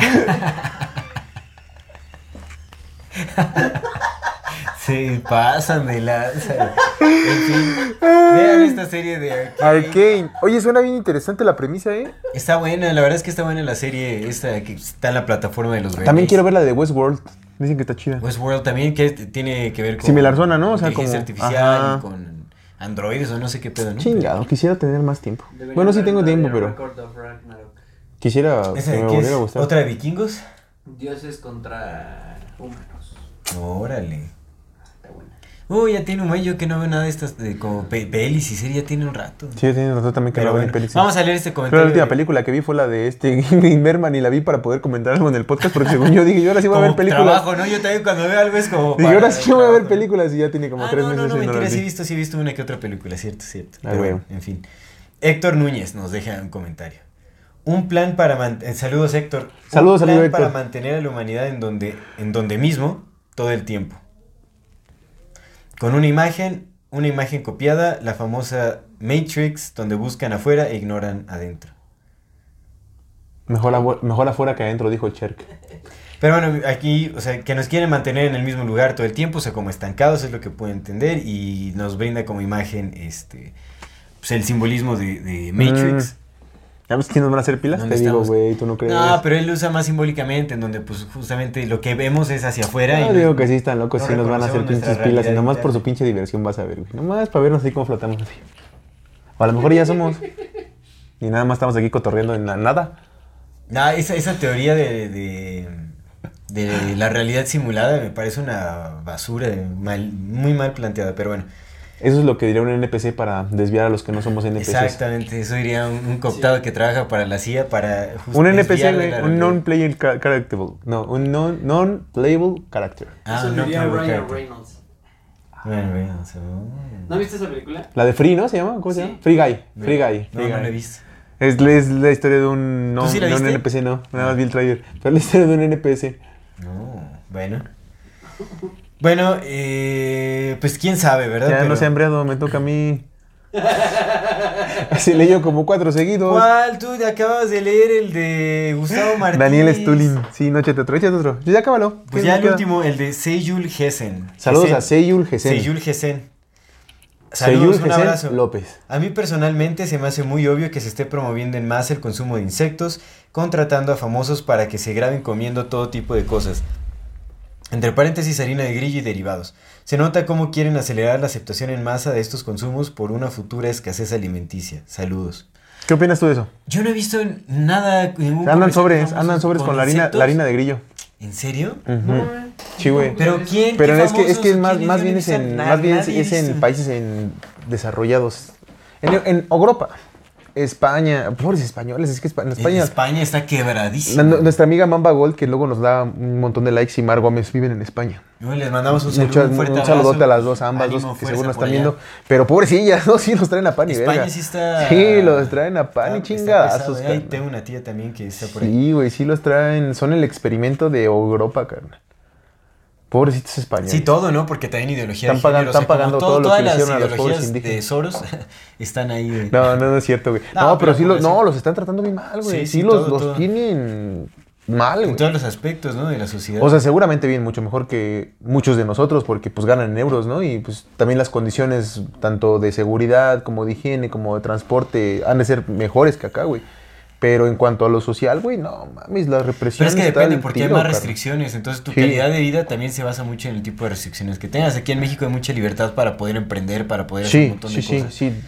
Sí, pasan de lanza. En fin, vean esta serie de Arcane. Arcane. Oye, suena bien interesante la premisa, ¿eh? Está buena, la verdad es que está buena la serie esta que está en la plataforma de los También Bernays. quiero ver la de Westworld. Dicen que está chida. Westworld también, que tiene que ver con... Similar zona, ¿no? O sea, inteligencia como- artificial ajá. y con androides o no sé qué pedo, ¿no? Chingado, quisiera tener más tiempo. Debería Bueno, sí haber tengo una de tiempo, pero Record of Ragnarok. quisiera ¿Esa que de me qué volviera a es? gustar. ¿Otra de vikingos? Dioses contra humanos. Órale. Está buena. Uy, ya tiene un buen yo que no veo nada de estas de como pe pelis y serie, ya tiene un rato. Sí, tiene razón también que Pero no veo bueno, pelis. vamos a leer este Pero comentario. la última de- película que vi fue la de este Ingrid Bergman y la vi para poder comentar algo en el podcast porque según yo dije, yo ahora sí voy a como ver películas. trabajo, ¿no? Yo también cuando veo algo es como... Dije, para ahora sí voy a ver trabajo. películas y ya tiene como Ah, tres no, meses no, no, y no mentira, las sí he vi. visto, sí he visto una que otra película, cierto, cierto. Ah, Pero güey. bueno, en fin. Héctor Núñez nos deja un comentario. Un plan para mantener... Saludos, Héctor. Saludos, un plan amigo Héctor. para mantener a la humanidad en donde, en donde mismo todo el tiempo. Con una imagen, una imagen copiada, la famosa Matrix, donde buscan afuera e ignoran adentro. Mejor, abu- mejor afuera que adentro, dijo Cherk. Pero bueno, aquí, o sea, que nos quieren mantener en el mismo lugar todo el tiempo, o sea, como estancados, es lo que puedo entender, y nos brinda como imagen, este, pues el simbolismo de, de Matrix. ¿Ya ves quién nos van a hacer pilas? ¿Dónde Te digo, estamos? güey, tú no crees. No, pero él lo usa más simbólicamente, en donde pues justamente lo que vemos es hacia afuera. Yo y digo no- que sí están locos, no sí nos van a hacer reconocemos pinches nuestra pilas y realidad nomás por su interna. pinche diversión vas a ver, güey. Nomás para vernos así como flotamos así. O a lo mejor ya somos. Y nada más estamos aquí cotorreando en la nada. No, esa, esa teoría de, de, de la realidad simulada me parece una basura, mal, muy mal planteada, pero bueno. Eso es lo que diría un N P C para desviar a los que no somos N P Cs. Exactamente, eso diría un, un cooptado Sí. que trabaja para la C I A para just Un N P C, desviar de güey, la un realidad. non-player ca- character. No, un non- non-playable character. Ah, Eso no, diría no, Ryan no, Reynolds. Bueno, bueno, o sea, mm. ¿No viste esa película? La de Free, ¿no? ¿Se llama? ¿Cómo se Sí. llama? Free Guy. Free Guy. No, Free no Guy. la he visto. Es, es la historia de un no, ¿Tú sí la no un viste? N P C, no. Nada más vi el trailer. Pero es la historia de un N P C. No, bueno. Bueno, eh, pues quién sabe, ¿verdad? Ya Pero- no se ha hambreado, me toca a mí. Así leyó como cuatro seguidos. ¿Cuál? Tú te acabas de leer el de Gustavo Martínez. Daniel Stulin. Sí, no, échate otro, échate otro. Ya acábalo. Pues ¿Qué ya nos el queda? último, el de Seyul Gessen. Saludos Gessen. a Seyul Gesen. Seyul Gessen. Seyul Saludos, un Gesen abrazo. López. A mí personalmente se me hace muy obvio que se esté promoviendo en masa el consumo de insectos, contratando a famosos para que se graben comiendo todo tipo de cosas. Entre paréntesis, harina de grillo y derivados. Se nota cómo quieren acelerar la aceptación en masa de estos consumos por una futura escasez alimenticia. Saludos. ¿Qué opinas tú de eso? Yo no he visto nada... ningún Andan comercial sobres, famoso andan sobres con la harina, insectos. la harina de grillo. ¿En serio? Ujú. Sí, güey. ¿Pero quién? Pero ¿Qué es que, es famosos que o más, quiénes más yo bien no es he en, visto? más bien es, Nadie he es en visto. países en desarrollados. En, en Europa. España, pobres españoles, es que Espa- en España... España está quebradísima. La- nuestra amiga Mamba Gold, que luego nos da un montón de likes, y Mar Gómez viven en España. No, les mandamos un, saludo, Mucho, un fuerte un abrazo. saludote a las dos, a ambas Ánimo, dos que fuerza seguro nos por están allá. viendo. Pero pobrecillas, ¿no? Sí los traen a pan y España verga. sí está... Sí, los traen a pan y está- está chingadazos, pesado, ¿eh? Ahí carnal. tengo una tía también que está por ahí. Sí, güey, sí los traen. Son el experimento de Europa, carnal. Pobrecitos españoles. Sí, todo, ¿no? Porque también ideología Están de pagando- género, o sea, están pagando como todo lo todas que le las hicieron a los pobres ideologías indígenas. de Soros están ahí. De... No, no, no es cierto, güey. No, No, pero pero sí los, pobrecito. no, los están tratando bien mal, güey. Sí, Sí, sí, los, todo, los todo. tienen mal, En güey. todos los aspectos, ¿no? De la sociedad. O sea, seguramente bien, mucho mejor que muchos de nosotros, porque pues ganan en euros, ¿no? Y pues también las condiciones, tanto de seguridad, como de higiene, como de transporte, han de ser mejores que acá, güey. Pero en cuanto a lo social, güey, no mames, la represión. Pero es que está depende al porque tiro, hay más carnal. restricciones, entonces tu Sí. calidad de vida también se basa mucho en el tipo de restricciones que tengas. Aquí en México hay mucha libertad para poder emprender, para poder hacer un Sí, montón sí, de sí, cosas. sí.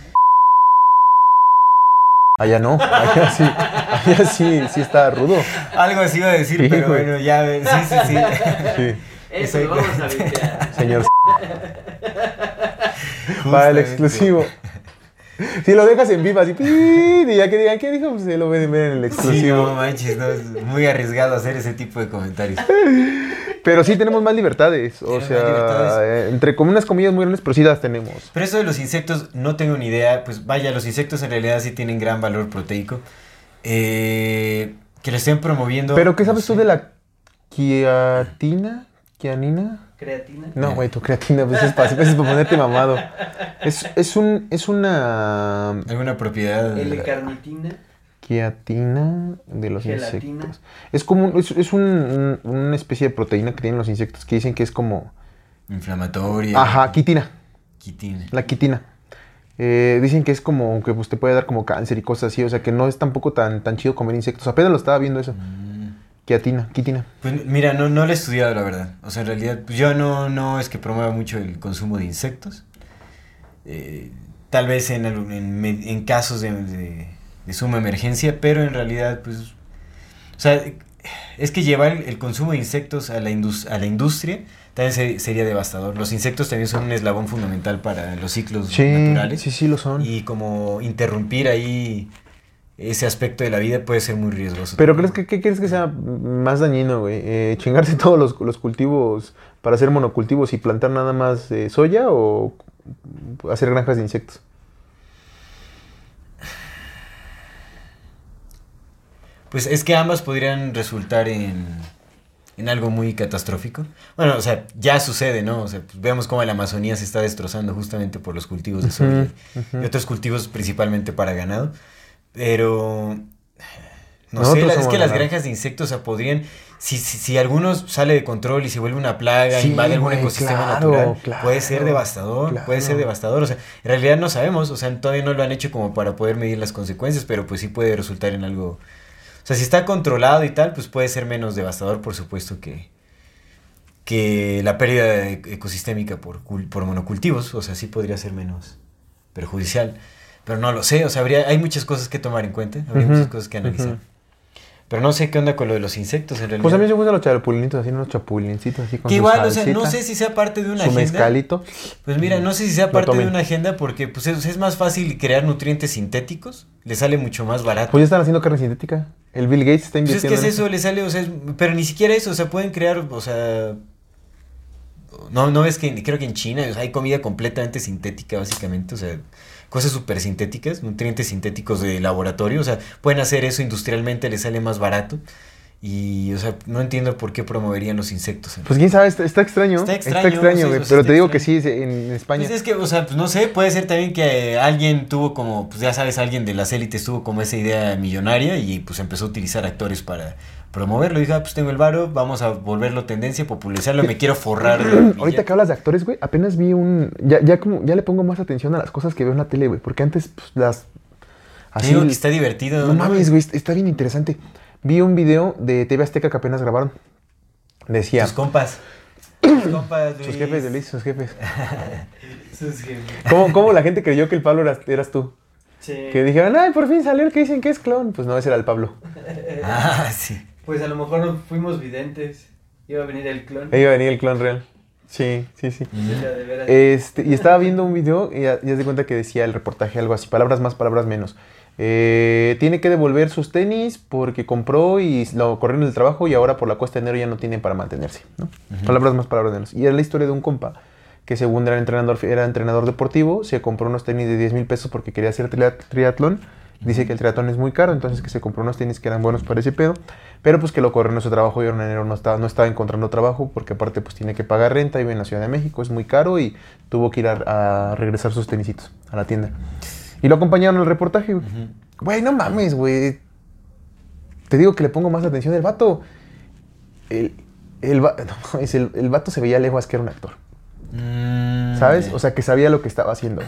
Allá no, allá sí, allá sí, sí está rudo. Algo así iba a decir, Sí, pero güey. bueno, ya, ves, sí, sí, sí. Sí, Eso lo vamos a limpiar. señor. Justamente. Para el exclusivo. Si lo dejas en vivo así, ¡pii! Y ya que digan, ¿qué dijo? Pues se lo ven ver en el Sí, exclusivo. no manches, no, es muy arriesgado hacer ese tipo de comentarios. Pero sí tenemos más libertades. O Tenemos sea, más libertades. eh, entre como unas comillas muy grandes, pero sí las tenemos. Pero eso de los insectos, no tengo ni idea. Pues vaya, los insectos en realidad sí tienen gran valor proteico. Eh, que lo estén promoviendo. ¿Pero qué no sabes tú sé. de la quiatina? ¿Quianina? Creatina. No, güey, tu creatina, pues es para, es para ponerte mamado. Es, es, un, es una ¿Alguna propiedad? L-carnitina. quiatina de los Gelatina. insectos. Es como un- es, es un- un- una especie de proteína que tienen los insectos que dicen que es como... Inflamatoria. Ajá, quitina. Quitina. La quitina. Eh, dicen que es como que pues, te puede dar como cáncer y cosas así. O sea, que no es tampoco tan, tan chido comer insectos. Apenas lo estaba viendo eso. Quiatina, quitina. Pues mira, no, no lo he estudiado, la verdad. O sea, en realidad, pues yo no, no es que promueva mucho el consumo de insectos. Eh, tal vez en, algún- en, me- en casos de, de- de suma emergencia, pero en realidad, pues... O sea, es que llevar el, el consumo de insectos a la, indus- a la industria también se- sería devastador. Los insectos también son un eslabón fundamental para los ciclos Sí, naturales. sí, sí lo son. Y como interrumpir ahí ese aspecto de la vida puede ser muy riesgoso. Pero también. ¿crees que, qué crees que sea más dañino, güey? Eh, ¿Chingarse todos los, los cultivos para hacer monocultivos y plantar nada más eh, soya o hacer granjas de insectos? Pues es que ambas podrían resultar en, en algo muy catastrófico. Bueno, o sea, ya sucede, ¿no? O sea, pues vemos cómo la Amazonía se está destrozando justamente por los cultivos de soya y otros cultivos principalmente para ganado. Pero... No Nosotros sé, la- es somos que las ganado. granjas de insectos, o sea, podrían... Si, si, si algunos sale de control y se vuelve una plaga, Sí, invade algún güey, ecosistema claro, natural, claro, puede ser devastador, claro. puede ser devastador. O sea, en realidad no sabemos, o sea, todavía no lo han hecho como para poder medir las consecuencias, pero pues sí puede resultar en algo... O sea, si está controlado y tal, pues puede ser menos devastador, por supuesto, que, que la pérdida de- ecosistémica por, cul- por monocultivos. O sea, sí podría ser menos perjudicial. Pero no lo sé, o sea, habría, hay muchas cosas que tomar en cuenta, habría Ujú, muchas cosas que analizar. ujú. Pero no sé qué onda con lo de los insectos, en realidad. Pues a mí me gustan los chapulinitos, así unos chapulincitos así con que su igual, o sea, no salsita, sé si sea parte de una su agenda. mezcalito. Pues mira, no sé si sea Lo parte de tomen. una agenda porque pues es, es más fácil crear nutrientes sintéticos, le sale mucho más barato. Pues ya están haciendo carne sintética. El Bill Gates está Pues es invirtiendo que es en eso, le sale, o sea, es- pero ni siquiera eso, o sea, pueden crear, o sea, no, no ves que creo que en China, o sea, hay comida completamente sintética, básicamente, o sea, cosas súper sintéticas, nutrientes sintéticos de laboratorio, o sea, pueden hacer eso industrialmente, les sale más barato. Y, o sea, no entiendo por qué promoverían los insectos. Pues quién sabe, está, está extraño. Está Está extraño, extraño, sí, güey. o sea, Pero está te digo extraño. que sí, en España. Pues es que, o sea, pues no sé, puede ser también que alguien tuvo como, pues ya sabes, alguien de las élites tuvo como esa idea millonaria y pues empezó a utilizar actores para promoverlo. Dijo, ah, pues tengo el varo, vamos a volverlo tendencia, popularizarlo, me quiero forrar de Ahorita que hablas de actores, güey, apenas vi un... Ya, ya, como, ya le pongo más atención a las cosas que veo en la tele, güey. Porque antes, pues, las... Te digo que está divertido. No mames, güey, está bien interesante. Vi un video de T V Azteca que apenas grabaron. Decía... Tus compas. Tus compas, Sus Luis. jefes de Luis, sus jefes. Sus jefes. ¿Cómo, cómo la gente creyó que el Pablo eras, eras tú? Sí. Que dijeron, ay, por fin salió el que dicen que es clon. Pues no, ese era el Pablo. Ah, sí. Pues a lo mejor no fuimos videntes. Iba a venir el clon. Ahí iba a venir el clon real. Sí, sí, sí. O sea, de veras. Este, y estaba viendo un video y ya, ya se cuenta que decía el reportaje algo así, palabras más, palabras menos. Eh, tiene que devolver sus tenis porque compró y lo corrieron del trabajo y ahora por la cuesta de enero ya no tiene para mantenerse, ¿no? Uh-huh. Palabras más, palabras menos. Y era la historia de un compa que según era entrenador, era entrenador deportivo, se compró unos tenis de diez mil pesos porque quería hacer triatlón. Dice que el triatlón es muy caro, entonces que se compró unos tenis que eran buenos para ese pedo, pero pues que lo corrió en su trabajo y en enero no estaba, no estaba encontrando trabajo porque aparte pues tiene que pagar renta, vive en la Ciudad de México, es muy caro y tuvo que ir a, a regresar sus tenisitos a la tienda. Y lo acompañaron al reportaje, güey. Uh-huh. Güey, no mames, güey. Te digo que le pongo más atención al vato. El, el, no, el, el vato se veía lejos que era un actor. Mm, ¿sabes? Yeah. O sea, que sabía lo que estaba haciendo.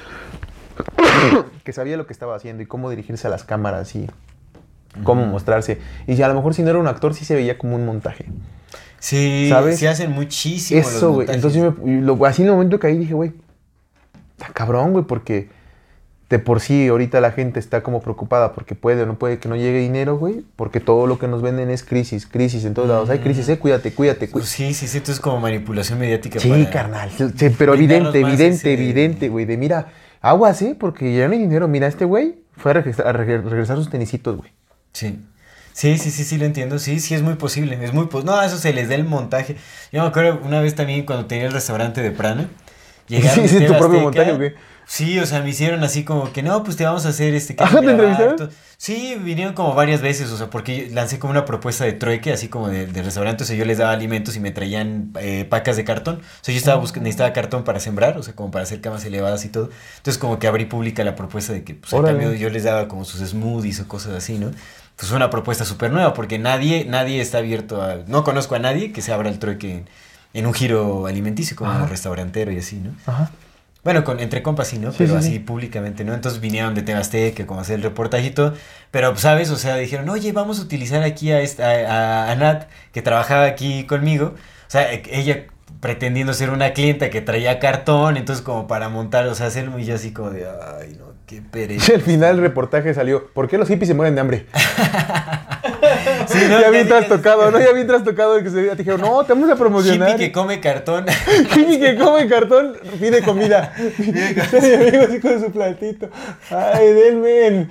que sabía lo que estaba haciendo y cómo dirigirse a las cámaras y cómo uh-huh. mostrarse. Y a lo mejor si no era un actor, sí se veía como un montaje. Sí, ¿sabes? Sí hacen muchísimo eso, güey. Entonces, yo me, lo, así en el momento que ahí dije, güey, está cabrón, güey, porque de por sí ahorita la gente está como preocupada porque puede o no puede que no llegue dinero, güey, porque todo lo que nos venden es crisis, crisis en todos lados. Hay crisis, eh, cuídate, cuídate, cuídate. Sí, sí, sí, esto es como manipulación mediática. Sí, para carnal, sí, pero evidente, evidente, ese... evidente, güey, de mira, aguas, ¿eh? Porque ya no hay dinero. Mira, este güey fue a regresar, a regresar sus tenisitos, güey. Sí. Sí, sí, sí, sí, lo entiendo. Sí, sí, es muy posible. Es muy pos- No, eso se les da el montaje. Yo me acuerdo una vez también cuando tenía el restaurante de Prana. Llegaron sí, sí, tu propio montaje, güey. Sí, o sea, me hicieron así como que, no, pues te vamos a hacer este... ¿Ajá, te entrevistaron? Sí, vinieron como varias veces, o sea, porque lancé como una propuesta de trueque, así como de, de restaurante, o sea, yo les daba alimentos y me traían eh, pacas de cartón. O sea, yo estaba buscando, necesitaba cartón para sembrar, o sea, como para hacer camas elevadas y todo. Entonces, como que abrí pública la propuesta de que, pues, al cambio yo les daba como sus smoothies o cosas así, ¿no? Pues fue una propuesta súper nueva, porque nadie, nadie está abierto a... No conozco a nadie que se abra el trueque en, en un giro alimenticio, como Ajá. restaurantero y así, ¿no? Ajá. Bueno, con, entre compas sí, ¿no? Sí, pero sí, así sí. públicamente, ¿no? Entonces vinieron de T V Azteca, como hacer el reportajito. Pero, ¿sabes? O sea, dijeron, oye, vamos a utilizar aquí a, esta, a, a Nat, que trabajaba aquí conmigo. O sea, ella pretendiendo ser una clienta que traía cartón, entonces como para montar, o sea, hacerlo y yo así como de, ay, no, qué pereza. Y al final el reportaje salió, ¿por qué los hippies se mueren de hambre? Sí, no, ya bien trastocado, ¿no? Ya bien trastocado que se te dijeron, no, te vamos a promocionar. Hippie que come cartón. Hippie que come cartón, pide comida. Pide comida. Mi amigo así con su platito. Ay, denme.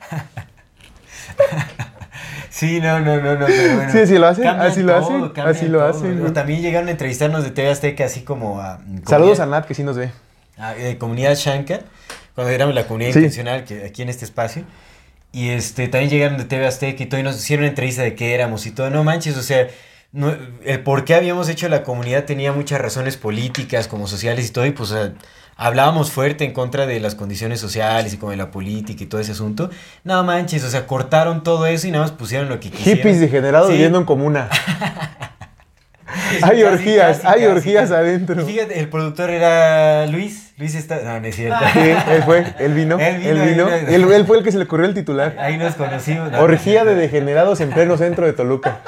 Sí, no, no, no, no, pero bueno. Sí, así lo hacen, así lo hacen, así lo hacen. Pero también llegaron a entrevistarnos de T V Azteca así como a... Saludos a Nat, que sí nos ve. A, de Comunidad Shanka, cuando éramos la comunidad sí. intencional, que aquí en este espacio. Y este también llegaron de T V Azteca y todo, y nos hicieron una entrevista de qué éramos y todo. No manches, o sea, no, el por qué habíamos hecho la comunidad tenía muchas razones políticas, como sociales y todo, y pues, o sea, hablábamos fuerte en contra de las condiciones sociales y como de la política y todo ese asunto. No manches, o sea, cortaron todo eso y nada más pusieron lo que quisieron. Hippies degenerados sí. viviendo en comuna. Hay casi, orgías, casi, hay casi, orgías casi. adentro. Fíjate, el productor era Luis. Luis está... No, no es cierto. Sí, él fue, él vino. Él vino. Él, vino. Él, él, él fue el que se le ocurrió el titular. Ahí nos conocimos. No, Orgía no, de degenerados en pleno centro de Toluca.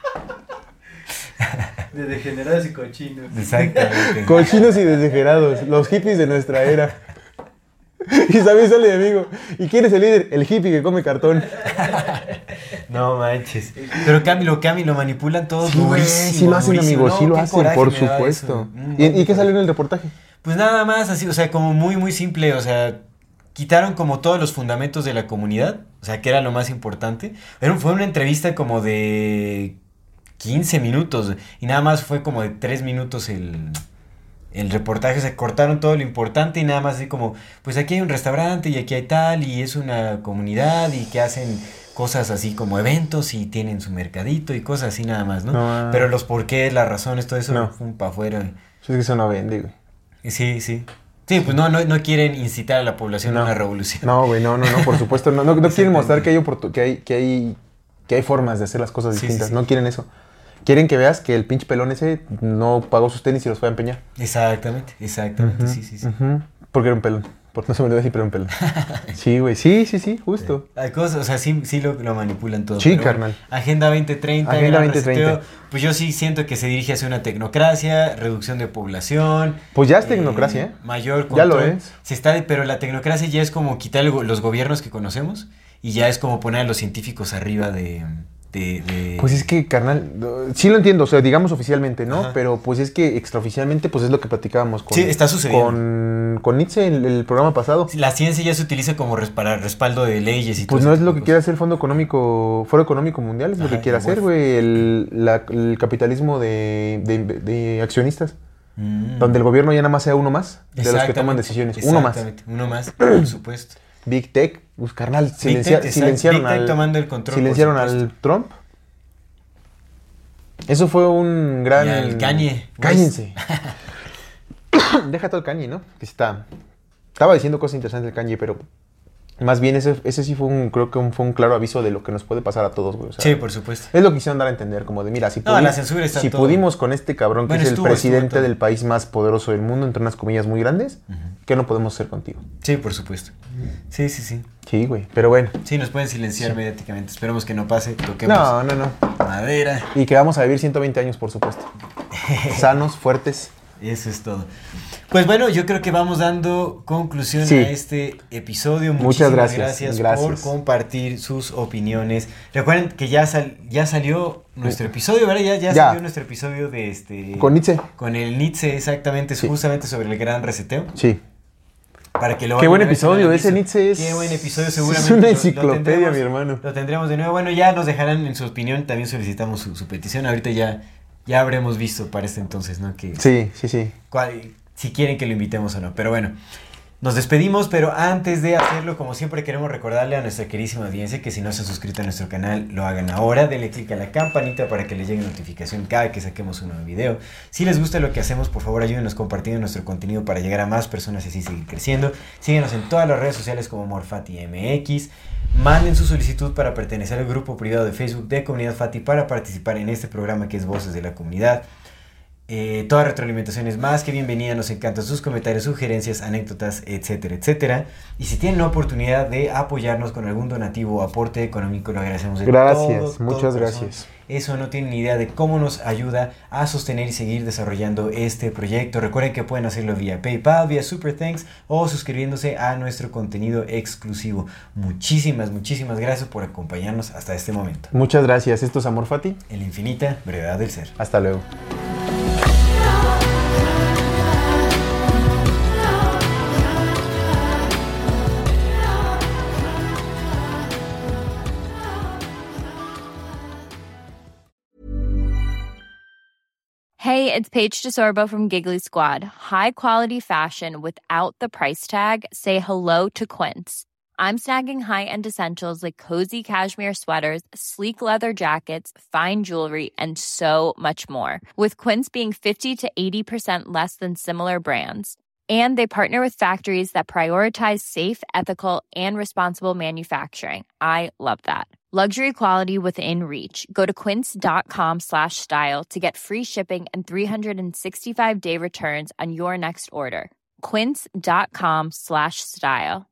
De degenerados y cochinos. Exactamente. Cochinos y degenerados. Los hippies de nuestra era. Y sabes, sale de amigo. ¿Y quién es el líder? El hippie que come cartón. No manches. Pero Cami lo, Cami lo manipulan todo sí, durísimo. Sí lo hacen, amigos, no, sí lo hacen, por supuesto. ¿Y, ¿Y qué salió en el reportaje? Pues nada más así, o sea, como muy, muy simple, o sea, quitaron como todos los fundamentos de la comunidad, o sea, que era lo más importante. Pero fue una entrevista como de quince minutos y nada más fue como de tres minutos el... el reportaje, se cortaron todo lo importante y nada más así como, pues aquí hay un restaurante y aquí hay tal y es una comunidad y que hacen cosas así como eventos y tienen su mercadito y cosas así nada más, ¿no? no Pero los porqués, las razones, todo eso, no. Fue para afuera. Es que eso no vende, güey. Sí, sí. Sí, pues no, no, no quieren incitar a la población no. a una revolución. No, güey, no, no, no, por supuesto, no, no, no quieren mostrar que hay, oportun- que hay, que hay, que hay formas de hacer las cosas distintas, sí, sí, sí. No quieren eso. Quieren que veas que el pinche pelón ese no pagó sus tenis y los fue a empeñar. Exactamente, exactamente, uh-huh, sí, sí, sí. Uh-huh. Porque era un pelón. Porque no se me olvidó decir, pero era un pelón. Sí, güey, sí, sí, sí, justo. Sí. Hay cosas, o sea, sí, sí lo, lo manipulan todo. Sí, carnal. Bueno, Agenda veinte treinta. Agenda veinte treinta. Pues yo sí siento que se dirige hacia una tecnocracia, reducción de población. Pues ya es tecnocracia, ¿eh? Mayor control. Ya lo es. Se está, pero la tecnocracia ya es como quitar los gobiernos que conocemos y ya es como poner a los científicos arriba de... de, de... Pues es que, carnal, sí lo entiendo, o sea, digamos oficialmente, ¿no? Ajá. Pero pues es que extraoficialmente, pues es lo que platicábamos con... Sí, está sucediendo. Con, con Nietzsche, el, el programa pasado. La ciencia ya se utiliza como respaldo, respaldo de leyes y todo. Pues no es lo que quiere hacer el Fondo Económico, Foro Económico Mundial, es Ajá, lo que quiere hacer, güey, el, la, el capitalismo de, de, de accionistas. Mm. Donde el gobierno ya nada más sea uno más de los que toman decisiones. Uno más. Uno más, por supuesto. Big Tech, pues carnal, silencia, Tech, silenciaron, Big Tech al, tomando el control, silenciaron al Trump. Eso fue un gran... Y al Kanye. Cállense. Deja todo el Kanye, ¿no? Que está... Estaba diciendo cosas interesantes el Kanye, pero... Más bien, ese, ese sí fue un, creo que un, fue un claro aviso de lo que nos puede pasar a todos, güey. O sea, sí, por supuesto. Es lo que quisieron dar a entender, como de, mira, si, no, pudi- la censura está si todo. pudimos con este cabrón que bueno, es estuvo, el presidente estuvo del país más poderoso del mundo, entre unas comillas muy grandes, uh-huh. ¿qué no podemos hacer contigo? Sí, por supuesto. Sí, sí, sí. Sí, güey, pero bueno. Sí, nos pueden silenciar sí. mediáticamente. Esperemos que no pase. Toquemos no, no, no. madera. Y que vamos a vivir ciento veinte años, por supuesto. Sanos, fuertes. Eso es todo. Pues bueno, yo creo que vamos dando conclusión sí. a este episodio. Muchísimas Muchas gracias, gracias, gracias por compartir sus opiniones. Recuerden que ya sal, ya salió nuestro episodio, ¿verdad? Ya, ya, ya salió nuestro episodio de este... Con Nietzsche. Con el Nietzsche, exactamente, sí. justamente sobre el gran reseteo. Sí. Para que lo Qué buen episodio, ese Nietzsche es... Qué buen episodio, seguramente. Es una enciclopedia, lo, lo mi hermano. Lo tendremos de nuevo. Bueno, ya nos dejarán en su opinión, también solicitamos su, su petición. Ahorita ya... Ya habremos visto para este entonces, ¿no? Que, sí, sí, sí. Cuál, si quieren que lo invitemos o no. Pero bueno, nos despedimos, pero antes de hacerlo, como siempre, queremos recordarle a nuestra queridísima audiencia que si no se han suscrito a nuestro canal, lo hagan ahora. Denle click a la campanita para que les llegue notificación cada que saquemos un nuevo video. Si les gusta lo que hacemos, por favor, ayúdenos compartiendo nuestro contenido para llegar a más personas y así seguir creciendo. Síguenos en todas las redes sociales como MorFatiMX. Manden su solicitud para pertenecer al grupo privado de Facebook de Comunidad Fati para participar en este programa que es Voces de la Comunidad. Eh, toda retroalimentación es más que bienvenida, nos encantan sus comentarios, sugerencias, anécdotas, etcétera, etcétera. Y si tienen la oportunidad de apoyarnos con algún donativo o aporte económico, lo agradecemos de Gracias, todo, muchas todo gracias. Eso no tienen ni idea de cómo nos ayuda a sostener y seguir desarrollando este proyecto. Recuerden que pueden hacerlo vía PayPal, vía Super Thanks o suscribiéndose a nuestro contenido exclusivo. Muchísimas, muchísimas gracias por acompañarnos hasta este momento. Muchas gracias. Esto es Amor Fati. En la infinita brevedad del ser. Hasta luego. Hey, it's Paige DeSorbo from Giggly Squad. High quality fashion without the price tag. Say hello to Quince. I'm snagging high-end essentials like cozy cashmere sweaters, sleek leather jackets, fine jewelry, and so much more. With Quince being fifty to eighty percent less than similar brands. And they partner with factories that prioritize safe, ethical, and responsible manufacturing. I love that. Luxury quality within reach. Go to quince.com slash style to get free shipping and three sixty-five day returns on your next order. Quince.com slash style.